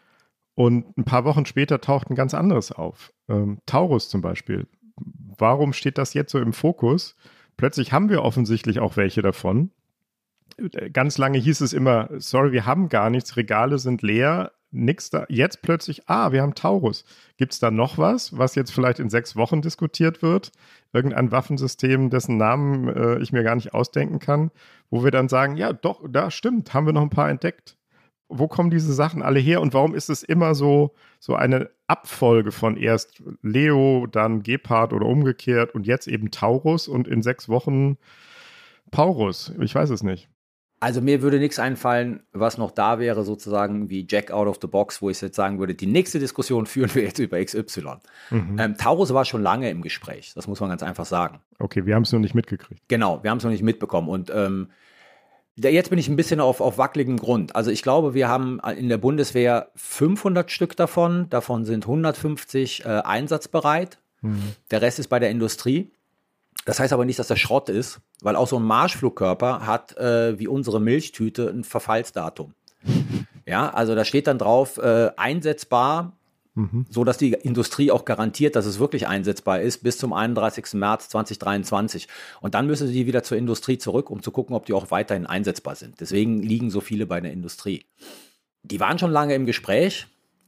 Und ein paar Wochen später taucht ein ganz anderes auf. Taurus zum Beispiel. Warum steht das jetzt so im Fokus? Plötzlich haben wir offensichtlich auch welche davon. Ganz lange hieß es immer, sorry, wir haben gar nichts, Regale sind leer, nix da. Jetzt plötzlich, wir haben Taurus. Gibt es da noch was jetzt vielleicht in 6 Wochen diskutiert wird? Irgendein Waffensystem, dessen Namen ich mir gar nicht ausdenken kann, wo wir dann sagen, ja doch, da stimmt, haben wir noch ein paar entdeckt. Wo kommen diese Sachen alle her und warum ist es immer so eine Abfolge von erst Leo, dann Gepard oder umgekehrt und jetzt eben Taurus und in 6 Wochen Paurus? Ich weiß es nicht. Also mir würde nichts einfallen, was noch da wäre, sozusagen wie Jack out of the box, wo ich jetzt sagen würde, die nächste Diskussion führen wir jetzt über XY. Taurus war schon lange im Gespräch, das muss man ganz einfach sagen. Okay, wir haben es noch nicht mitgekriegt. Genau, wir haben es noch nicht mitbekommen und jetzt bin ich ein bisschen auf wackeligem Grund. Also ich glaube, wir haben in der Bundeswehr 500 Stück davon sind 150 einsatzbereit. Der Rest ist bei der Industrie. Das heißt aber nicht, dass das Schrott ist, weil auch so ein Marschflugkörper hat wie unsere Milchtüte ein Verfallsdatum. Ja, also da steht dann drauf, einsetzbar so dass die Industrie auch garantiert, dass es wirklich einsetzbar ist bis zum 31. März 2023. Und dann müssen sie wieder zur Industrie zurück, um zu gucken, ob die auch weiterhin einsetzbar sind. Deswegen liegen so viele bei der Industrie. Die waren schon lange im Gespräch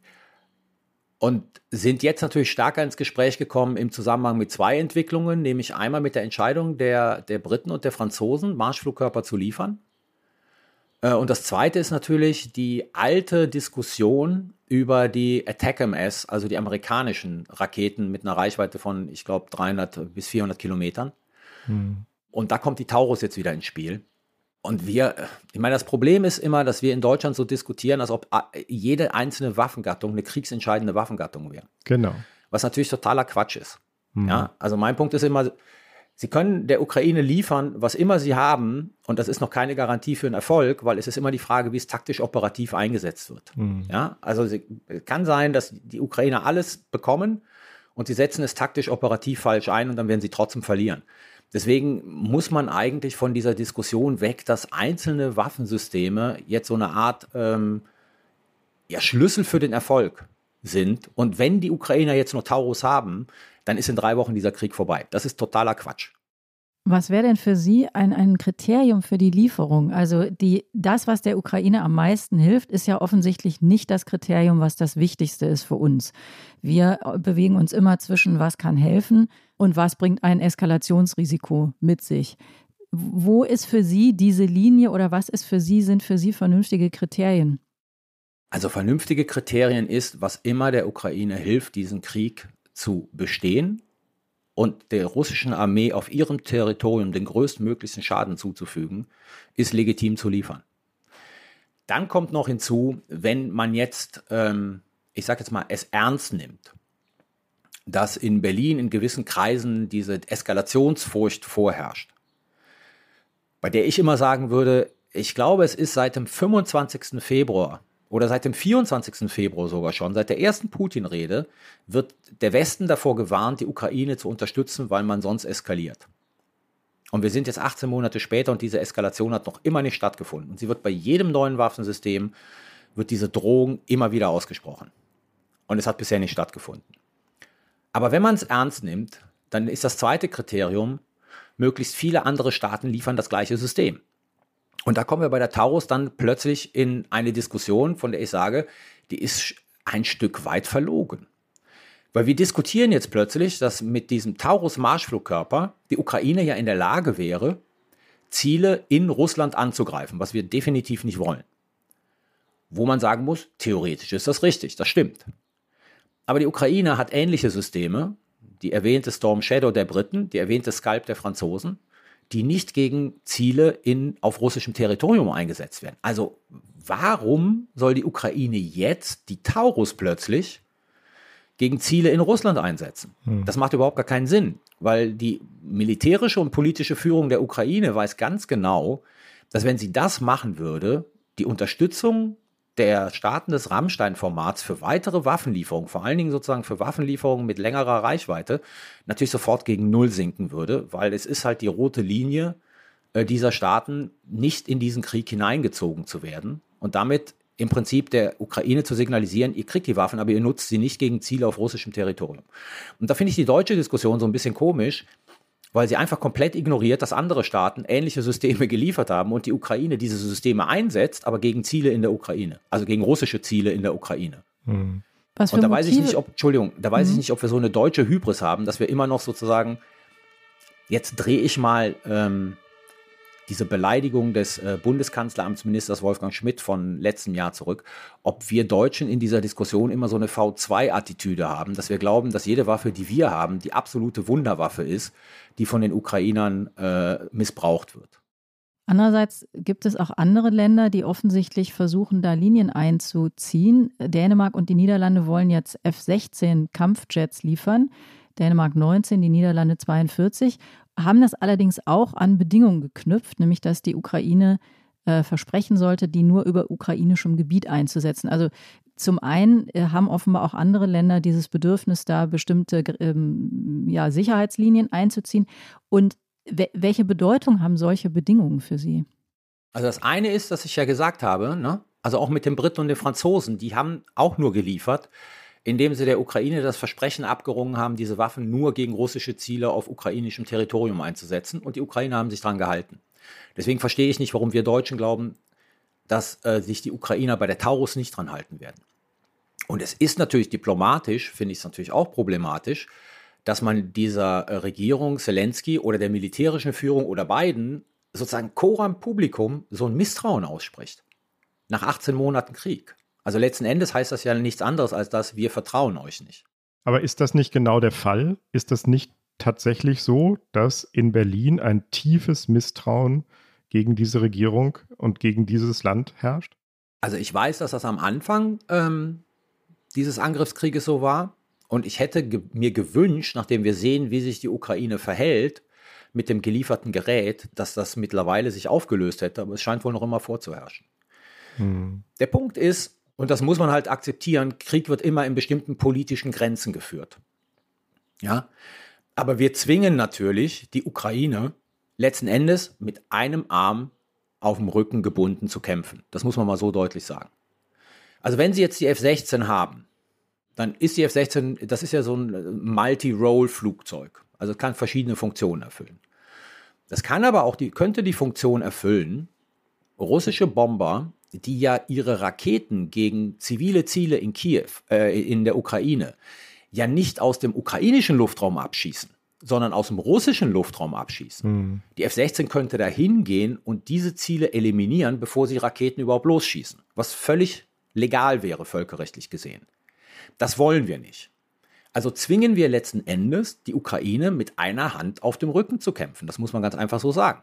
und sind jetzt natürlich stärker ins Gespräch gekommen im Zusammenhang mit zwei Entwicklungen, nämlich einmal mit der Entscheidung der Briten und der Franzosen, Marschflugkörper zu liefern. Und das Zweite ist natürlich die alte Diskussion über die ATACMS, also die amerikanischen Raketen mit einer Reichweite von, ich glaube, 300 bis 400 Kilometern. Und da kommt die Taurus jetzt wieder ins Spiel. Und ich meine, das Problem ist immer, dass wir in Deutschland so diskutieren, als ob jede einzelne Waffengattung eine kriegsentscheidende Waffengattung wäre. Genau. Was natürlich totaler Quatsch ist. Ja, also mein Punkt ist immer, sie können der Ukraine liefern, was immer sie haben, und das ist noch keine Garantie für einen Erfolg, weil es ist immer die Frage, wie es taktisch operativ eingesetzt wird. Ja, also es kann sein, dass die Ukrainer alles bekommen und sie setzen es taktisch operativ falsch ein und dann werden sie trotzdem verlieren. Deswegen muss man eigentlich von dieser Diskussion weg, dass einzelne Waffensysteme jetzt so eine Art Schlüssel für den Erfolg sind. Und wenn die Ukrainer jetzt nur Taurus haben, dann ist in 3 Wochen dieser Krieg vorbei. Das ist totaler Quatsch. Was wäre denn für Sie ein Kriterium für die Lieferung? Also das, was der Ukraine am meisten hilft, ist ja offensichtlich nicht das Kriterium, was das Wichtigste ist für uns. Wir bewegen uns immer zwischen, was kann helfen und was bringt ein Eskalationsrisiko mit sich. Wo ist für Sie diese Linie oder was sind für Sie vernünftige Kriterien? Also vernünftige Kriterien ist, was immer der Ukraine hilft, diesen Krieg zu bestehen und der russischen Armee auf ihrem Territorium den größtmöglichen Schaden zuzufügen, ist legitim zu liefern. Dann kommt noch hinzu, wenn man jetzt, ich sage jetzt mal, es ernst nimmt, dass in Berlin in gewissen Kreisen diese Eskalationsfurcht vorherrscht, bei der ich immer sagen würde, ich glaube, es ist seit dem 25. Februar oder seit dem 24. Februar sogar schon, seit der ersten Putin-Rede, wird der Westen davor gewarnt, die Ukraine zu unterstützen, weil man sonst eskaliert. Und wir sind jetzt 18 Monate später und diese Eskalation hat noch immer nicht stattgefunden. Und sie wird bei jedem neuen Waffensystem, wird diese Drohung immer wieder ausgesprochen. Und es hat bisher nicht stattgefunden. Aber wenn man es ernst nimmt, dann ist das zweite Kriterium, möglichst viele andere Staaten liefern das gleiche System. Und da kommen wir bei der Taurus dann plötzlich in eine Diskussion, von der ich sage, die ist ein Stück weit verlogen. Weil wir diskutieren jetzt plötzlich, dass mit diesem Taurus-Marschflugkörper die Ukraine ja in der Lage wäre, Ziele in Russland anzugreifen, was wir definitiv nicht wollen. Wo man sagen muss, theoretisch ist das richtig, das stimmt. Aber die Ukraine hat ähnliche Systeme, die erwähnte Storm Shadow der Briten, die erwähnte Scalp der Franzosen, die nicht gegen Ziele auf russischem Territorium eingesetzt werden. Also warum soll die Ukraine jetzt die Taurus plötzlich gegen Ziele in Russland einsetzen? Das macht überhaupt gar keinen Sinn, weil die militärische und politische Führung der Ukraine weiß ganz genau, dass wenn sie das machen würde, die Unterstützung der Staaten des Rammstein-Formats für weitere Waffenlieferungen, vor allen Dingen sozusagen für Waffenlieferungen mit längerer Reichweite, natürlich sofort gegen Null sinken würde, weil es ist halt die rote Linie dieser Staaten, nicht in diesen Krieg hineingezogen zu werden und damit im Prinzip der Ukraine zu signalisieren, ihr kriegt die Waffen, aber ihr nutzt sie nicht gegen Ziele auf russischem Territorium. Und da finde ich die deutsche Diskussion so ein bisschen komisch, weil sie einfach komplett ignoriert, dass andere Staaten ähnliche Systeme geliefert haben und die Ukraine diese Systeme einsetzt, aber gegen Ziele in der Ukraine, also gegen russische Ziele in der Ukraine. Was für und da Motive? weiß ich nicht, ob wir so eine deutsche Hybris haben, dass wir immer noch sozusagen, jetzt drehe ich mal diese Beleidigung des Bundeskanzleramtsministers Wolfgang Schmidt von letztem Jahr zurück, ob wir Deutschen in dieser Diskussion immer so eine V2-Attitüde haben, dass wir glauben, dass jede Waffe, die wir haben, die absolute Wunderwaffe ist, die von den Ukrainern missbraucht wird. Andererseits gibt es auch andere Länder, die offensichtlich versuchen, da Linien einzuziehen. Dänemark und die Niederlande wollen jetzt F-16 Kampfjets liefern. Dänemark 19, die Niederlande 42. Haben das allerdings auch an Bedingungen geknüpft, nämlich dass die Ukraine versprechen sollte, die nur über ukrainischem Gebiet einzusetzen. Also zum einen haben offenbar auch andere Länder dieses Bedürfnis, da bestimmte Sicherheitslinien einzuziehen. Und welche Bedeutung haben solche Bedingungen für Sie? Also das eine ist, dass ich ja gesagt habe, ne? Also auch mit den Briten und den Franzosen, die haben auch nur geliefert, indem sie der Ukraine das Versprechen abgerungen haben, diese Waffen nur gegen russische Ziele auf ukrainischem Territorium einzusetzen. Und die Ukrainer haben sich daran gehalten. Deswegen verstehe ich nicht, warum wir Deutschen glauben, dass sich die Ukrainer bei der Taurus nicht dran halten werden. Und es ist natürlich diplomatisch, finde ich es natürlich auch problematisch, dass man dieser Regierung, Zelensky oder der militärischen Führung oder beiden sozusagen coram publicum so ein Misstrauen ausspricht. Nach 18 Monaten Krieg. Also letzten Endes heißt das ja nichts anderes als das, wir vertrauen euch nicht. Aber ist das nicht genau der Fall? Ist das nicht tatsächlich so, dass in Berlin ein tiefes Misstrauen gegen diese Regierung und gegen dieses Land herrscht? Also ich weiß, dass das am Anfang dieses Angriffskrieges so war. Und ich hätte mir gewünscht, nachdem wir sehen, wie sich die Ukraine verhält mit dem gelieferten Gerät, dass das mittlerweile sich aufgelöst hätte. Aber es scheint wohl noch immer vorzuherrschen. Der Punkt ist, und das muss man halt akzeptieren, Krieg wird immer in bestimmten politischen Grenzen geführt. Ja, aber wir zwingen natürlich die Ukraine letzten Endes mit einem Arm auf dem Rücken gebunden zu kämpfen. Das muss man mal so deutlich sagen. Also wenn sie jetzt die F-16 haben, dann ist die F-16, das ist ja so ein Multi-Role-Flugzeug. Also es kann verschiedene Funktionen erfüllen. Das kann aber auch, könnte die Funktion erfüllen, russische Bomber, die ja ihre Raketen gegen zivile Ziele in Kiew, in der Ukraine, ja nicht aus dem ukrainischen Luftraum abschießen, sondern aus dem russischen Luftraum abschießen. Die F-16 könnte da hingehen und diese Ziele eliminieren, bevor sie Raketen überhaupt losschießen. Was völlig legal wäre, völkerrechtlich gesehen. Das wollen wir nicht. Also zwingen wir letzten Endes die Ukraine mit einer Hand auf dem Rücken zu kämpfen. Das muss man ganz einfach so sagen.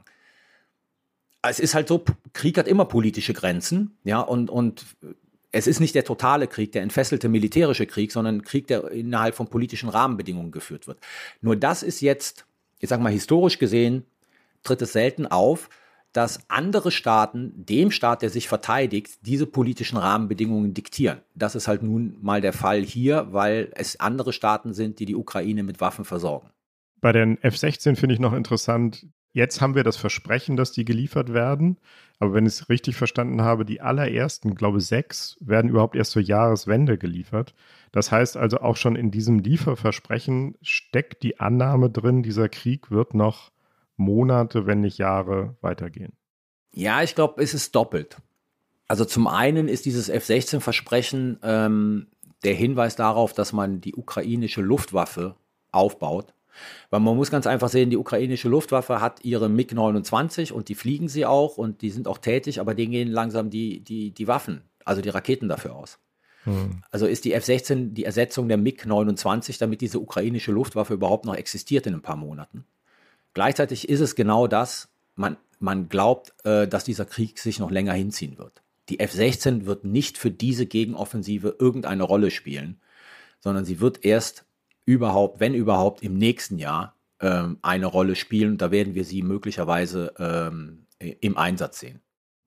Es ist halt so, Krieg hat immer politische Grenzen, ja, und es ist nicht der totale Krieg, der entfesselte militärische Krieg, sondern ein Krieg, der innerhalb von politischen Rahmenbedingungen geführt wird. Nur das ist jetzt, ich sag mal historisch gesehen, tritt es selten auf, dass andere Staaten dem Staat, der sich verteidigt, diese politischen Rahmenbedingungen diktieren. Das ist halt nun mal der Fall hier, weil es andere Staaten sind, die die Ukraine mit Waffen versorgen. Bei den F-16 finde ich noch interessant, jetzt haben wir das Versprechen, dass die geliefert werden, aber wenn ich es richtig verstanden habe, die allerersten, glaube ich 6, werden überhaupt erst zur Jahreswende geliefert. Das heißt also auch schon in diesem Lieferversprechen steckt die Annahme drin, dieser Krieg wird noch Monate, wenn nicht Jahre weitergehen. Ja, ich glaube, es ist doppelt. Also zum einen ist dieses F-16-Versprechen der Hinweis darauf, dass man die ukrainische Luftwaffe aufbaut. Weil man muss ganz einfach sehen, die ukrainische Luftwaffe hat ihre MiG-29 und die fliegen sie auch und die sind auch tätig, aber denen gehen langsam die Waffen, also die Raketen dafür aus. Also ist die F-16 die Ersetzung der MiG-29, damit diese ukrainische Luftwaffe überhaupt noch existiert in ein paar Monaten. Gleichzeitig ist es genau das, man glaubt, dass dieser Krieg sich noch länger hinziehen wird. Die F-16 wird nicht für diese Gegenoffensive irgendeine Rolle spielen, sondern sie wird erst überhaupt, wenn überhaupt, im nächsten Jahr eine Rolle spielen. Da werden wir sie möglicherweise im Einsatz sehen.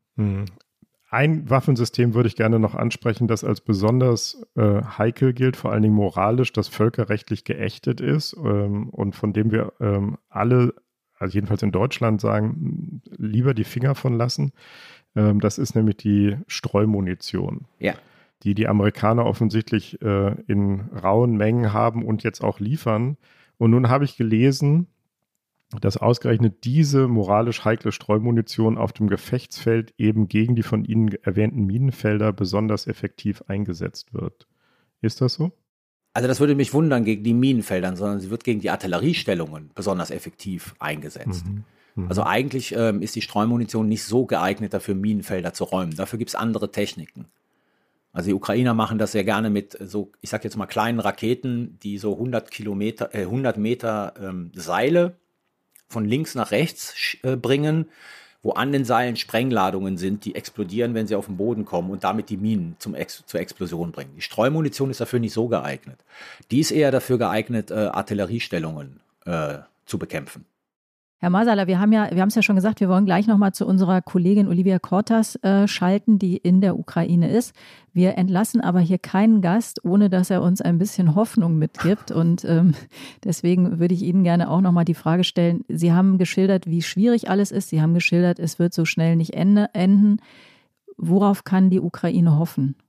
Ein Waffensystem würde ich gerne noch ansprechen, das als besonders heikel gilt, vor allen Dingen moralisch, das völkerrechtlich geächtet ist und von dem wir alle, also jedenfalls in Deutschland, sagen, lieber die Finger von lassen. Das ist nämlich die Streumunition. Ja. Die Amerikaner offensichtlich in rauen Mengen haben und jetzt auch liefern. Und nun habe ich gelesen, dass ausgerechnet diese moralisch heikle Streumunition auf dem Gefechtsfeld eben gegen die von Ihnen erwähnten Minenfelder besonders effektiv eingesetzt wird. Ist das so? Also das würde mich wundern gegen die Minenfelder, sondern sie wird gegen die Artilleriestellungen besonders effektiv eingesetzt. Also eigentlich ist die Streumunition nicht so geeignet dafür, Minenfelder zu räumen. Dafür gibt es andere Techniken. Also die Ukrainer machen das sehr gerne mit so, ich sag jetzt mal kleinen Raketen, die so 100 Meter Seile von links nach rechts bringen, wo an den Seilen Sprengladungen sind, die explodieren, wenn sie auf den Boden kommen und damit die Minen zur Explosion bringen. Die Streumunition ist dafür nicht so geeignet. Die ist eher dafür geeignet, Artilleriestellungen zu bekämpfen. Herr Masala, wir haben es ja schon gesagt, wir wollen gleich nochmal zu unserer Kollegin Olivia Kortas schalten, die in der Ukraine ist. Wir entlassen aber hier keinen Gast, ohne dass er uns ein bisschen Hoffnung mitgibt. Und deswegen würde ich Ihnen gerne auch nochmal die Frage stellen. Sie haben geschildert, wie schwierig alles ist. Sie haben geschildert, es wird so schnell nicht enden. Worauf kann die Ukraine hoffen?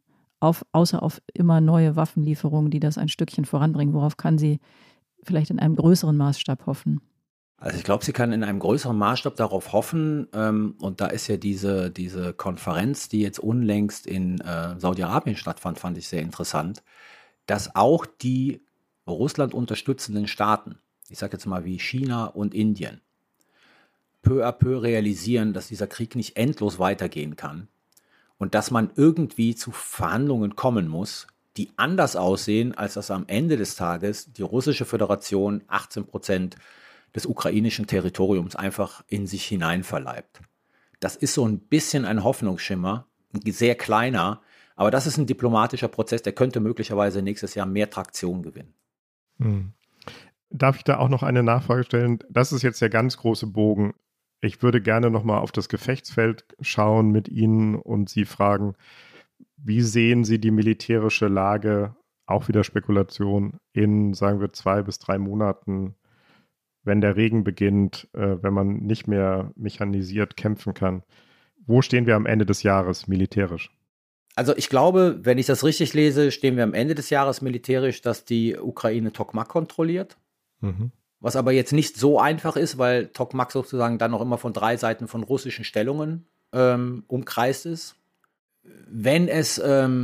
außer auf immer neue Waffenlieferungen, die das ein Stückchen voranbringen? Worauf kann sie vielleicht in einem größeren Maßstab hoffen? Also ich glaube, sie kann in einem größeren Maßstab darauf hoffen, und da ist ja diese Konferenz, die jetzt unlängst in Saudi-Arabien stattfand, fand ich sehr interessant, dass auch die Russland unterstützenden Staaten, ich sage jetzt mal wie China und Indien, peu à peu realisieren, dass dieser Krieg nicht endlos weitergehen kann und dass man irgendwie zu Verhandlungen kommen muss, die anders aussehen, als dass am Ende des Tages die Russische Föderation 18% des ukrainischen Territoriums einfach in sich hinein verleibt. Das ist so ein bisschen ein Hoffnungsschimmer, ein sehr kleiner, aber das ist ein diplomatischer Prozess, der könnte möglicherweise nächstes Jahr mehr Traktion gewinnen. Darf ich da auch noch eine Nachfrage stellen? Das ist jetzt der ganz große Bogen. Ich würde gerne nochmal auf das Gefechtsfeld schauen mit Ihnen und Sie fragen, wie sehen Sie die militärische Lage, auch wieder Spekulation, in, sagen wir, 2 bis 3 Monaten, wenn der Regen beginnt, wenn man nicht mehr mechanisiert kämpfen kann? Wo stehen wir am Ende des Jahres militärisch? Also ich glaube, wenn ich das richtig lese, stehen wir am Ende des Jahres militärisch, dass die Ukraine Tokmak kontrolliert. Was aber jetzt nicht so einfach ist, weil Tokmak sozusagen dann noch immer von 3 Seiten von russischen Stellungen umkreist ist. Wenn es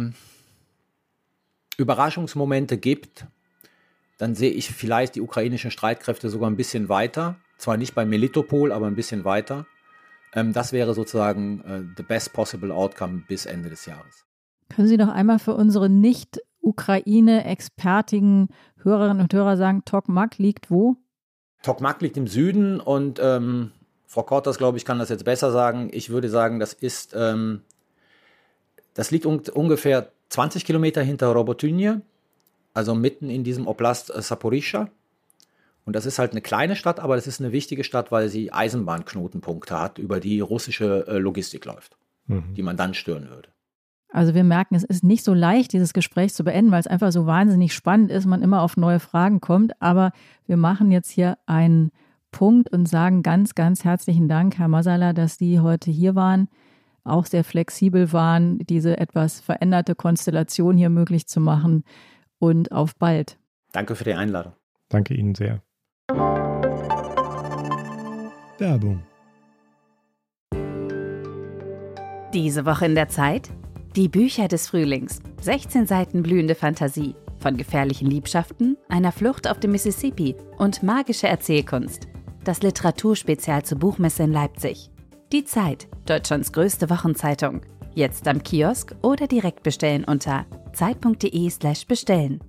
Überraschungsmomente gibt, dann sehe ich vielleicht die ukrainischen Streitkräfte sogar ein bisschen weiter. Zwar nicht bei Melitopol, aber ein bisschen weiter. Das wäre sozusagen the best possible outcome bis Ende des Jahres. Können Sie doch einmal für unsere Nicht-Ukraine-expertigen Hörerinnen und Hörer sagen, Tokmak liegt wo? Tokmak liegt im Süden und Frau Kortas, glaube ich, kann das jetzt besser sagen. Ich würde sagen, das liegt ungefähr 20 Kilometer hinter Robotyne, also mitten in diesem Oblast Saporischschja. Und das ist halt eine kleine Stadt, aber das ist eine wichtige Stadt, weil sie Eisenbahnknotenpunkte hat, über die russische Logistik läuft, die man dann stören würde. Also wir merken, es ist nicht so leicht, dieses Gespräch zu beenden, weil es einfach so wahnsinnig spannend ist, man immer auf neue Fragen kommt. Aber wir machen jetzt hier einen Punkt und sagen ganz, ganz herzlichen Dank, Herr Masala, dass Sie heute hier waren, auch sehr flexibel waren, diese etwas veränderte Konstellation hier möglich zu machen. Und auf bald. Danke für die Einladung. Danke Ihnen sehr. Werbung. Diese Woche in der Zeit? Die Bücher des Frühlings. 16 Seiten blühende Fantasie. Von gefährlichen Liebschaften, einer Flucht auf dem Mississippi und magische Erzählkunst. Das Literaturspezial zur Buchmesse in Leipzig. Die Zeit, Deutschlands größte Wochenzeitung. Jetzt am Kiosk oder direkt bestellen unter zeit.de/bestellen.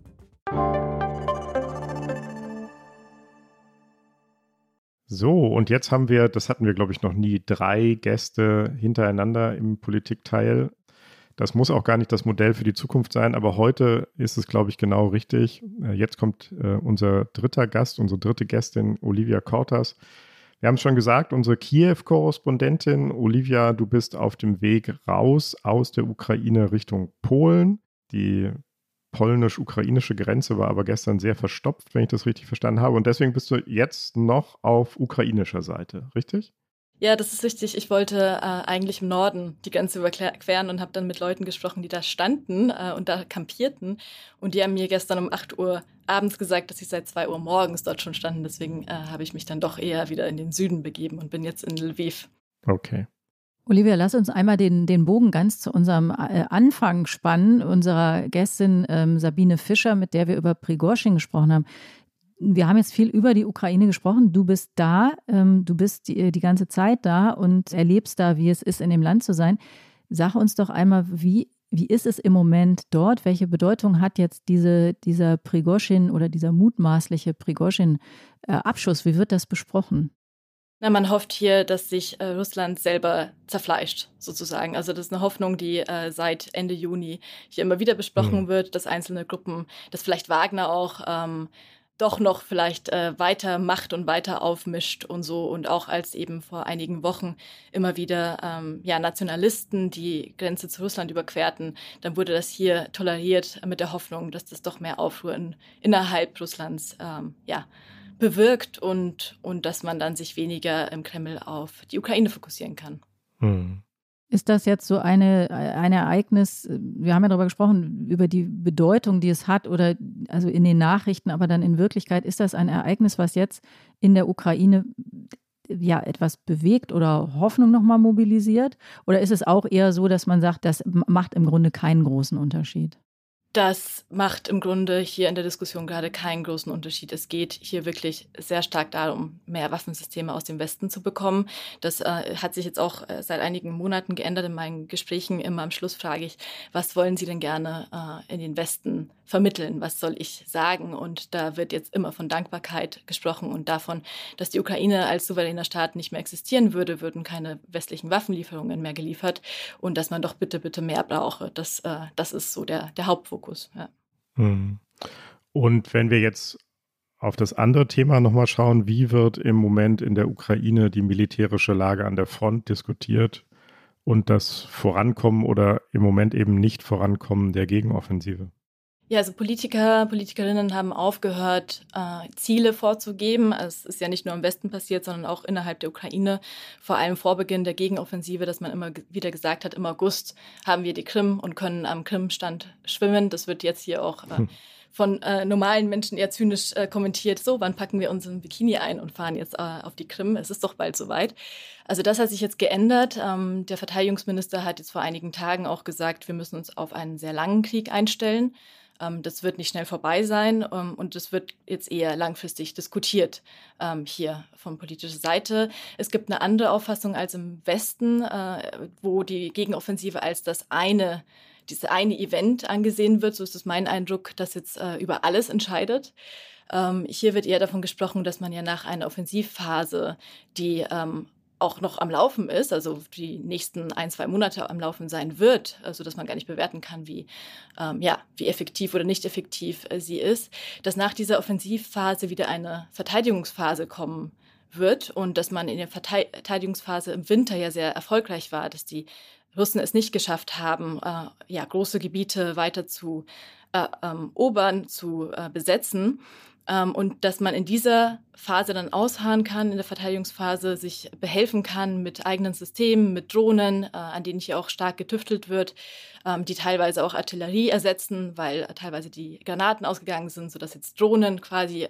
So, und jetzt haben wir, das hatten wir, glaube ich, noch nie, 3 Gäste hintereinander im Politikteil. Das muss auch gar nicht das Modell für die Zukunft sein, aber heute ist es, glaube ich, genau richtig. Jetzt kommt unser dritter Gast, unsere dritte Gästin, Olivia Kortas. Wir haben es schon gesagt, unsere Kiew-Korrespondentin. Olivia, du bist auf dem Weg raus aus der Ukraine Richtung Polen. Die polnisch-ukrainische Grenze war aber gestern sehr verstopft, wenn ich das richtig verstanden habe. Und deswegen bist du jetzt noch auf ukrainischer Seite, richtig? Ja, das ist richtig. Ich wollte eigentlich im Norden die Grenze überqueren und habe dann mit Leuten gesprochen, die da standen und da kampierten. Und die haben mir gestern um 8 Uhr abends gesagt, dass sie seit 2 Uhr morgens dort schon standen. Deswegen habe ich mich dann doch eher wieder in den Süden begeben und bin jetzt in Lviv. Okay. Olivia, lass uns einmal den Bogen ganz zu unserem Anfang spannen, unserer Gästin Sabine Fischer, mit der wir über Prigozhin gesprochen haben. Wir haben jetzt viel über die Ukraine gesprochen. Du bist da, du bist die ganze Zeit da und erlebst da, wie es ist, in dem Land zu sein. Sag uns doch einmal, wie ist es im Moment dort? Welche Bedeutung hat jetzt dieser Prigozhin oder dieser mutmaßliche Prigozhin-Abschuss? Wie wird das besprochen? Na, man hofft hier, dass sich Russland selber zerfleischt, sozusagen. Also das ist eine Hoffnung, die seit Ende Juni hier immer wieder besprochen wird, dass einzelne Gruppen, dass vielleicht Wagner auch doch noch vielleicht weiter macht und weiter aufmischt und so. Und auch als eben vor einigen Wochen immer wieder Nationalisten die Grenze zu Russland überquerten, dann wurde das hier toleriert mit der Hoffnung, dass das doch mehr Aufruhr innerhalb Russlands bewirkt und dass man dann sich weniger im Kreml auf die Ukraine fokussieren kann. Ist das jetzt so ein Ereignis, wir haben ja darüber gesprochen, über die Bedeutung, die es hat, oder also in den Nachrichten, aber dann in Wirklichkeit, ist das ein Ereignis, was jetzt in der Ukraine ja etwas bewegt oder Hoffnung nochmal mobilisiert? Oder ist es auch eher so, dass man sagt, das macht im Grunde keinen großen Unterschied? Das macht im Grunde hier in der Diskussion gerade keinen großen Unterschied. Es geht hier wirklich sehr stark darum, mehr Waffensysteme aus dem Westen zu bekommen. Das hat sich jetzt auch seit einigen Monaten geändert. In meinen Gesprächen immer am Schluss frage ich, was wollen Sie denn gerne in den Westen vermitteln? Was soll ich sagen? Und da wird jetzt immer von Dankbarkeit gesprochen und davon, dass die Ukraine als souveräner Staat nicht mehr existieren würde, würden keine westlichen Waffenlieferungen mehr geliefert und dass man doch bitte mehr brauche. Das ist so der Hauptfokus. Ja. Und wenn wir jetzt auf das andere Thema nochmal schauen, wie wird im Moment in der Ukraine die militärische Lage an der Front diskutiert und das Vorankommen oder im Moment eben nicht Vorankommen der Gegenoffensive? Ja, also Politikerinnen haben aufgehört, Ziele vorzugeben. Also es ist ja nicht nur im Westen passiert, sondern auch innerhalb der Ukraine, vor allem vor Beginn der Gegenoffensive, dass man immer wieder gesagt hat, im August haben wir die Krim und können am Krimstand schwimmen. Das wird jetzt hier auch von normalen Menschen eher zynisch kommentiert. So, wann packen wir unseren Bikini ein und fahren jetzt auf die Krim? Es ist doch bald soweit. Also das hat sich jetzt geändert. Der Verteidigungsminister hat jetzt vor einigen Tagen auch gesagt, wir müssen uns auf einen sehr langen Krieg einstellen. Das wird nicht schnell vorbei sein und das wird jetzt eher langfristig diskutiert hier von politischer Seite. Es gibt eine andere Auffassung als im Westen, wo die Gegenoffensive als dieses eine Event angesehen wird. So ist es mein Eindruck, das jetzt über alles entscheidet. Hier wird eher davon gesprochen, dass man ja nach einer Offensivphase, die auch noch am Laufen ist, also die nächsten 1-2 Monate am Laufen sein wird, also dass man gar nicht bewerten kann, wie effektiv oder nicht effektiv sie ist, dass nach dieser Offensivphase wieder eine Verteidigungsphase kommen wird und dass man in der Verteidigungsphase im Winter ja sehr erfolgreich war, dass die Russen es nicht geschafft haben, große Gebiete weiter zu erobern, zu besetzen. Und dass man in dieser Phase dann ausharren kann, in der Verteidigungsphase sich behelfen kann mit eigenen Systemen, mit Drohnen, an denen hier auch stark getüftelt wird, die teilweise auch Artillerie ersetzen, weil teilweise die Granaten ausgegangen sind, sodass jetzt Drohnen quasi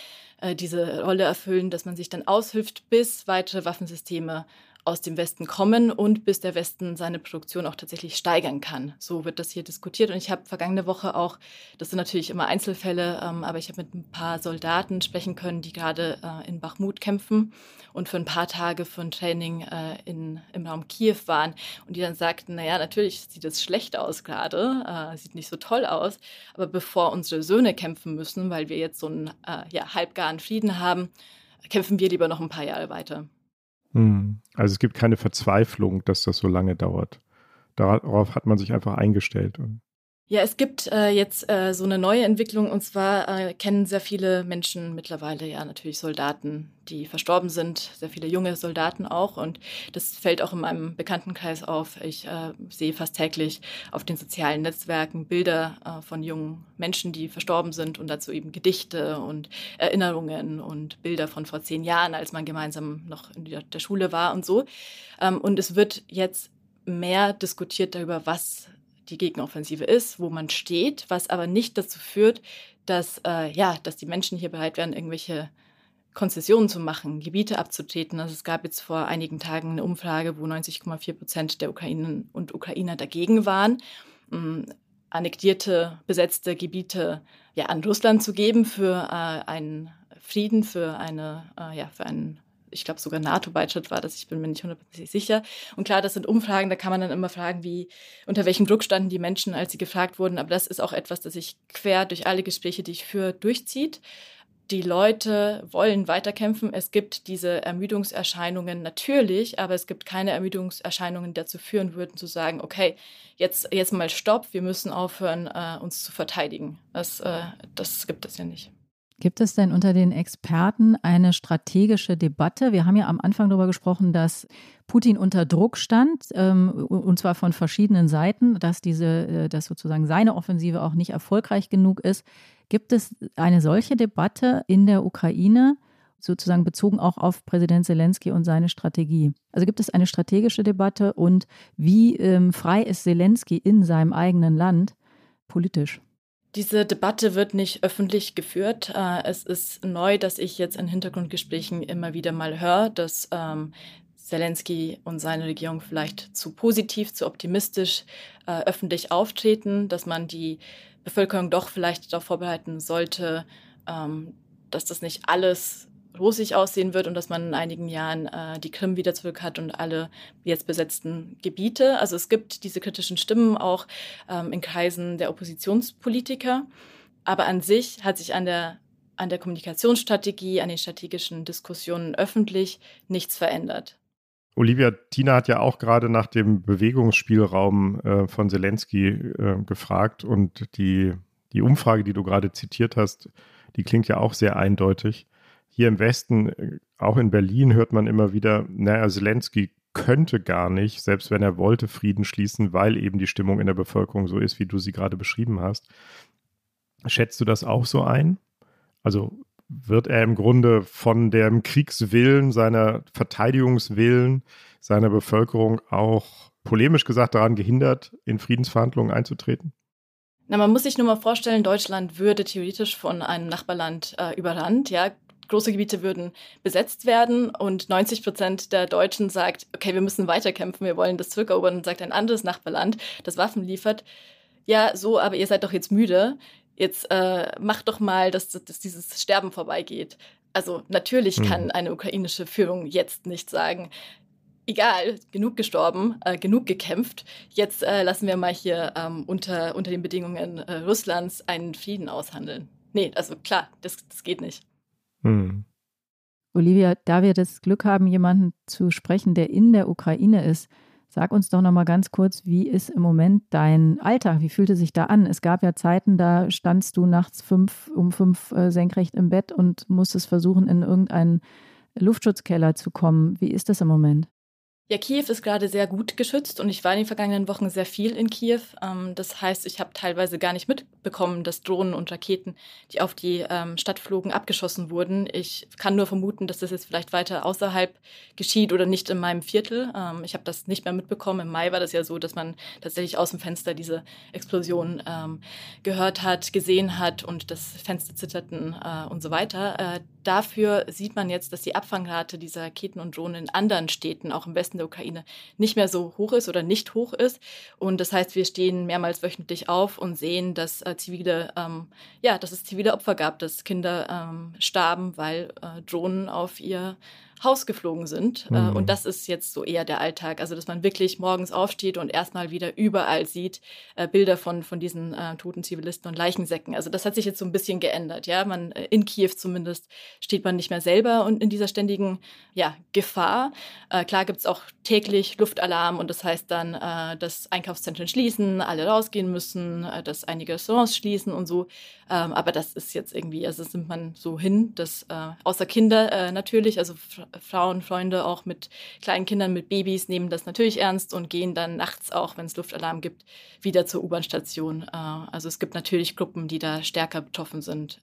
diese Rolle erfüllen, dass man sich dann aushilft, bis weitere Waffensysteme aus dem Westen kommen und bis der Westen seine Produktion auch tatsächlich steigern kann. So wird das hier diskutiert. Und ich habe vergangene Woche auch, das sind natürlich immer Einzelfälle, aber ich habe mit ein paar Soldaten sprechen können, die gerade in Bachmut kämpfen und für ein paar Tage für ein Training im Raum Kiew waren. Und die dann sagten, naja, natürlich sieht es schlecht aus gerade, sieht nicht so toll aus, aber bevor unsere Söhne kämpfen müssen, weil wir jetzt so einen halbgaren Frieden haben, kämpfen wir lieber noch ein paar Jahre weiter. Also es gibt keine Verzweiflung, dass das so lange dauert. Darauf hat man sich einfach eingestellt. Ja, es gibt jetzt so eine neue Entwicklung und zwar kennen sehr viele Menschen mittlerweile ja natürlich Soldaten, die verstorben sind, sehr viele junge Soldaten auch und das fällt auch in meinem Bekanntenkreis auf. Ich sehe fast täglich auf den sozialen Netzwerken Bilder von jungen Menschen, die verstorben sind und dazu eben Gedichte und Erinnerungen und Bilder von vor 10 Jahren, als man gemeinsam noch in der Schule war und so. Und es wird jetzt mehr diskutiert darüber, was die Gegenoffensive ist, wo man steht, was aber nicht dazu führt, dass die Menschen hier bereit wären, irgendwelche Konzessionen zu machen, Gebiete abzutreten. Also es gab jetzt vor einigen Tagen eine Umfrage, wo 90,4% der Ukrainerinnen und Ukrainer dagegen waren, annektierte, besetzte Gebiete an Russland zu geben für einen Frieden, für einen ich glaube sogar NATO-Beitritt war das, ich bin mir nicht 100% sicher. Und klar, das sind Umfragen, da kann man dann immer fragen, unter welchem Druck standen die Menschen, als sie gefragt wurden. Aber das ist auch etwas, das sich quer durch alle Gespräche, die ich führe, durchzieht. Die Leute wollen weiterkämpfen. Es gibt diese Ermüdungserscheinungen natürlich, aber es gibt keine Ermüdungserscheinungen, die dazu führen würden, zu sagen, okay, jetzt mal Stopp, wir müssen aufhören, uns zu verteidigen. Das gibt es ja nicht. Gibt es denn unter den Experten eine strategische Debatte? Wir haben ja am Anfang darüber gesprochen, dass Putin unter Druck stand, und zwar von verschiedenen Seiten, dass sozusagen seine Offensive auch nicht erfolgreich genug ist. Gibt es eine solche Debatte in der Ukraine, sozusagen bezogen auch auf Präsident Selenskyj und seine Strategie. Also gibt es eine strategische Debatte und wie frei ist Selenskyj in seinem eigenen Land politisch? Diese Debatte wird nicht öffentlich geführt. Es ist neu, dass ich jetzt in Hintergrundgesprächen immer wieder mal höre, dass Selenskyj und seine Regierung vielleicht zu positiv, zu optimistisch öffentlich auftreten, dass man die Bevölkerung doch vielleicht darauf vorbereiten sollte, dass das nicht alles rosig aussehen wird und dass man in einigen Jahren die Krim wieder zurück hat und alle jetzt besetzten Gebiete. Also es gibt diese kritischen Stimmen auch in Kreisen der Oppositionspolitiker. Aber an sich hat sich an der Kommunikationsstrategie, an den strategischen Diskussionen öffentlich nichts verändert. Olivia, Tina hat ja auch gerade nach dem Bewegungsspielraum von Selenskyj gefragt und die Umfrage, die du gerade zitiert hast, die klingt ja auch sehr eindeutig. Hier im Westen, auch in Berlin, hört man immer wieder, Selenskyj könnte gar nicht, selbst wenn er wollte, Frieden schließen, weil eben die Stimmung in der Bevölkerung so ist, wie du sie gerade beschrieben hast. Schätzt du das auch so ein? Also wird er im Grunde von dem Kriegswillen, seiner Verteidigungswillen seiner Bevölkerung auch polemisch gesagt daran gehindert, in Friedensverhandlungen einzutreten? Na, man muss sich nur mal vorstellen, Deutschland würde theoretisch von einem Nachbarland überrannt, ja. Große Gebiete würden besetzt werden und 90% der Deutschen sagt, okay, wir müssen weiterkämpfen, wir wollen das zurückerobern, und sagt ein anderes Nachbarland, das Waffen liefert. Ja, so, aber ihr seid doch jetzt müde. Jetzt macht doch mal, dass dieses Sterben vorbeigeht. Also natürlich kann eine ukrainische Führung jetzt nicht sagen, egal, genug gestorben, genug gekämpft, jetzt lassen wir mal hier unter den Bedingungen Russlands einen Frieden aushandeln. Nee, also klar, das geht nicht. Olivia, da wir das Glück haben, jemanden zu sprechen, der in der Ukraine ist, sag uns doch noch mal ganz kurz, wie ist im Moment dein Alltag? Wie fühlt es sich da an? Es gab ja Zeiten, da standst du nachts um 5 senkrecht im Bett und musstest versuchen, in irgendeinen Luftschutzkeller zu kommen. Wie ist das im Moment? Ja, Kiew ist gerade sehr gut geschützt und ich war in den vergangenen Wochen sehr viel in Kiew. Das heißt, ich habe teilweise gar nicht mitbekommen, dass Drohnen und Raketen, die auf die Stadt flogen, abgeschossen wurden. Ich kann nur vermuten, dass das jetzt vielleicht weiter außerhalb geschieht oder nicht in meinem Viertel. Ich habe das nicht mehr mitbekommen. Im Mai war das ja so, dass man tatsächlich aus dem Fenster diese Explosion gehört hat, gesehen hat und das Fenster zitterten und so weiter. Dafür sieht man jetzt, dass die Abfangrate dieser Raketen und Drohnen in anderen Städten, auch im Westen der Ukraine, nicht mehr so hoch ist oder nicht hoch ist. Und das heißt, wir stehen mehrmals wöchentlich auf und sehen, dass dass es zivile Opfer gab, dass Kinder starben, weil Drohnen auf ihr Haus geflogen sind. Und das ist jetzt so eher der Alltag. Also, dass man wirklich morgens aufsteht und erstmal wieder überall sieht Bilder von diesen toten Zivilisten und Leichensäcken. Also, das hat sich jetzt so ein bisschen geändert. Ja, in Kiew zumindest steht man nicht mehr selber und in dieser ständigen Gefahr. Klar gibt es auch täglich Luftalarm und das heißt dann, dass Einkaufszentren schließen, alle rausgehen müssen, dass einige Restaurants schließen und so. Aber das ist jetzt irgendwie, also das nimmt man so hin, dass außer Kinder natürlich, also Frauen, Freunde auch mit kleinen Kindern, mit Babys nehmen das natürlich ernst und gehen dann nachts auch, wenn es Luftalarm gibt, wieder zur U-Bahn-Station. Also es gibt natürlich Gruppen, die da stärker betroffen sind.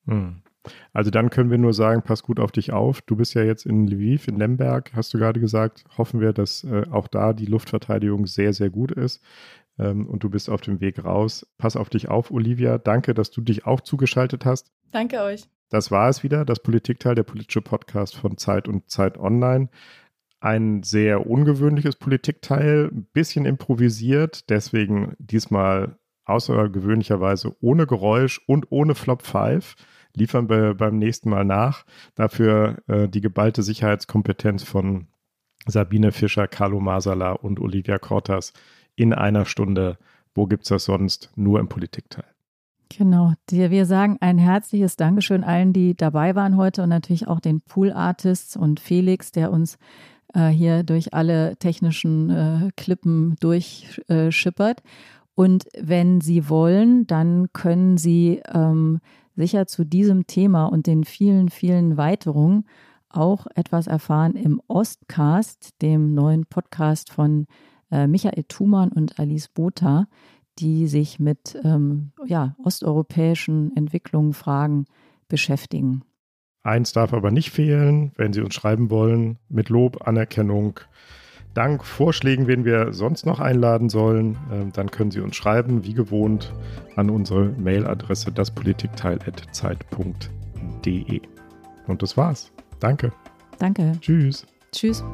Also dann können wir nur sagen, pass gut auf dich auf. Du bist ja jetzt in Lviv, in Lemberg, hast du gerade gesagt. Hoffen wir, dass auch da die Luftverteidigung sehr, sehr gut ist. Und du bist auf dem Weg raus. Pass auf dich auf, Olivia. Danke, dass du dich auch zugeschaltet hast. Danke euch. Das war es wieder, das Politikteil, der politische Podcast von Zeit und Zeit Online. Ein sehr ungewöhnliches Politikteil, ein bisschen improvisiert, deswegen diesmal außergewöhnlicherweise ohne Geräusch und ohne Flop 5. Liefern wir beim nächsten Mal nach. Dafür die geballte Sicherheitskompetenz von Sabine Fischer, Carlo Masala und Olivia Cortas in einer Stunde. Wo gibt's das sonst? Nur im Politikteil. Genau. Wir sagen ein herzliches Dankeschön allen, die dabei waren heute und natürlich auch den Pool Artists und Felix, der uns hier durch alle technischen Klippen durchschippert. Und wenn Sie wollen, dann können Sie sicher zu diesem Thema und den vielen, vielen weiteren auch etwas erfahren im Ostcast, dem neuen Podcast von Michael Thumann und Alice Botha, die sich mit osteuropäischen Entwicklungen, Fragen beschäftigen. Eins darf aber nicht fehlen, wenn Sie uns schreiben wollen, mit Lob, Anerkennung, Dank, Vorschlägen, wen wir sonst noch einladen sollen, dann können Sie uns schreiben, wie gewohnt, an unsere Mailadresse daspolitikteil@zeit.de. Und das war's. Danke. Danke. Tschüss. Tschüss.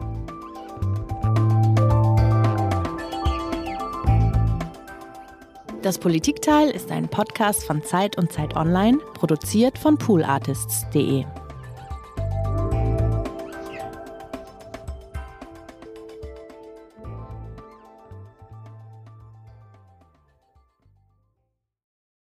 Das Politikteil ist ein Podcast von Zeit und Zeit Online, produziert von poolartists.de.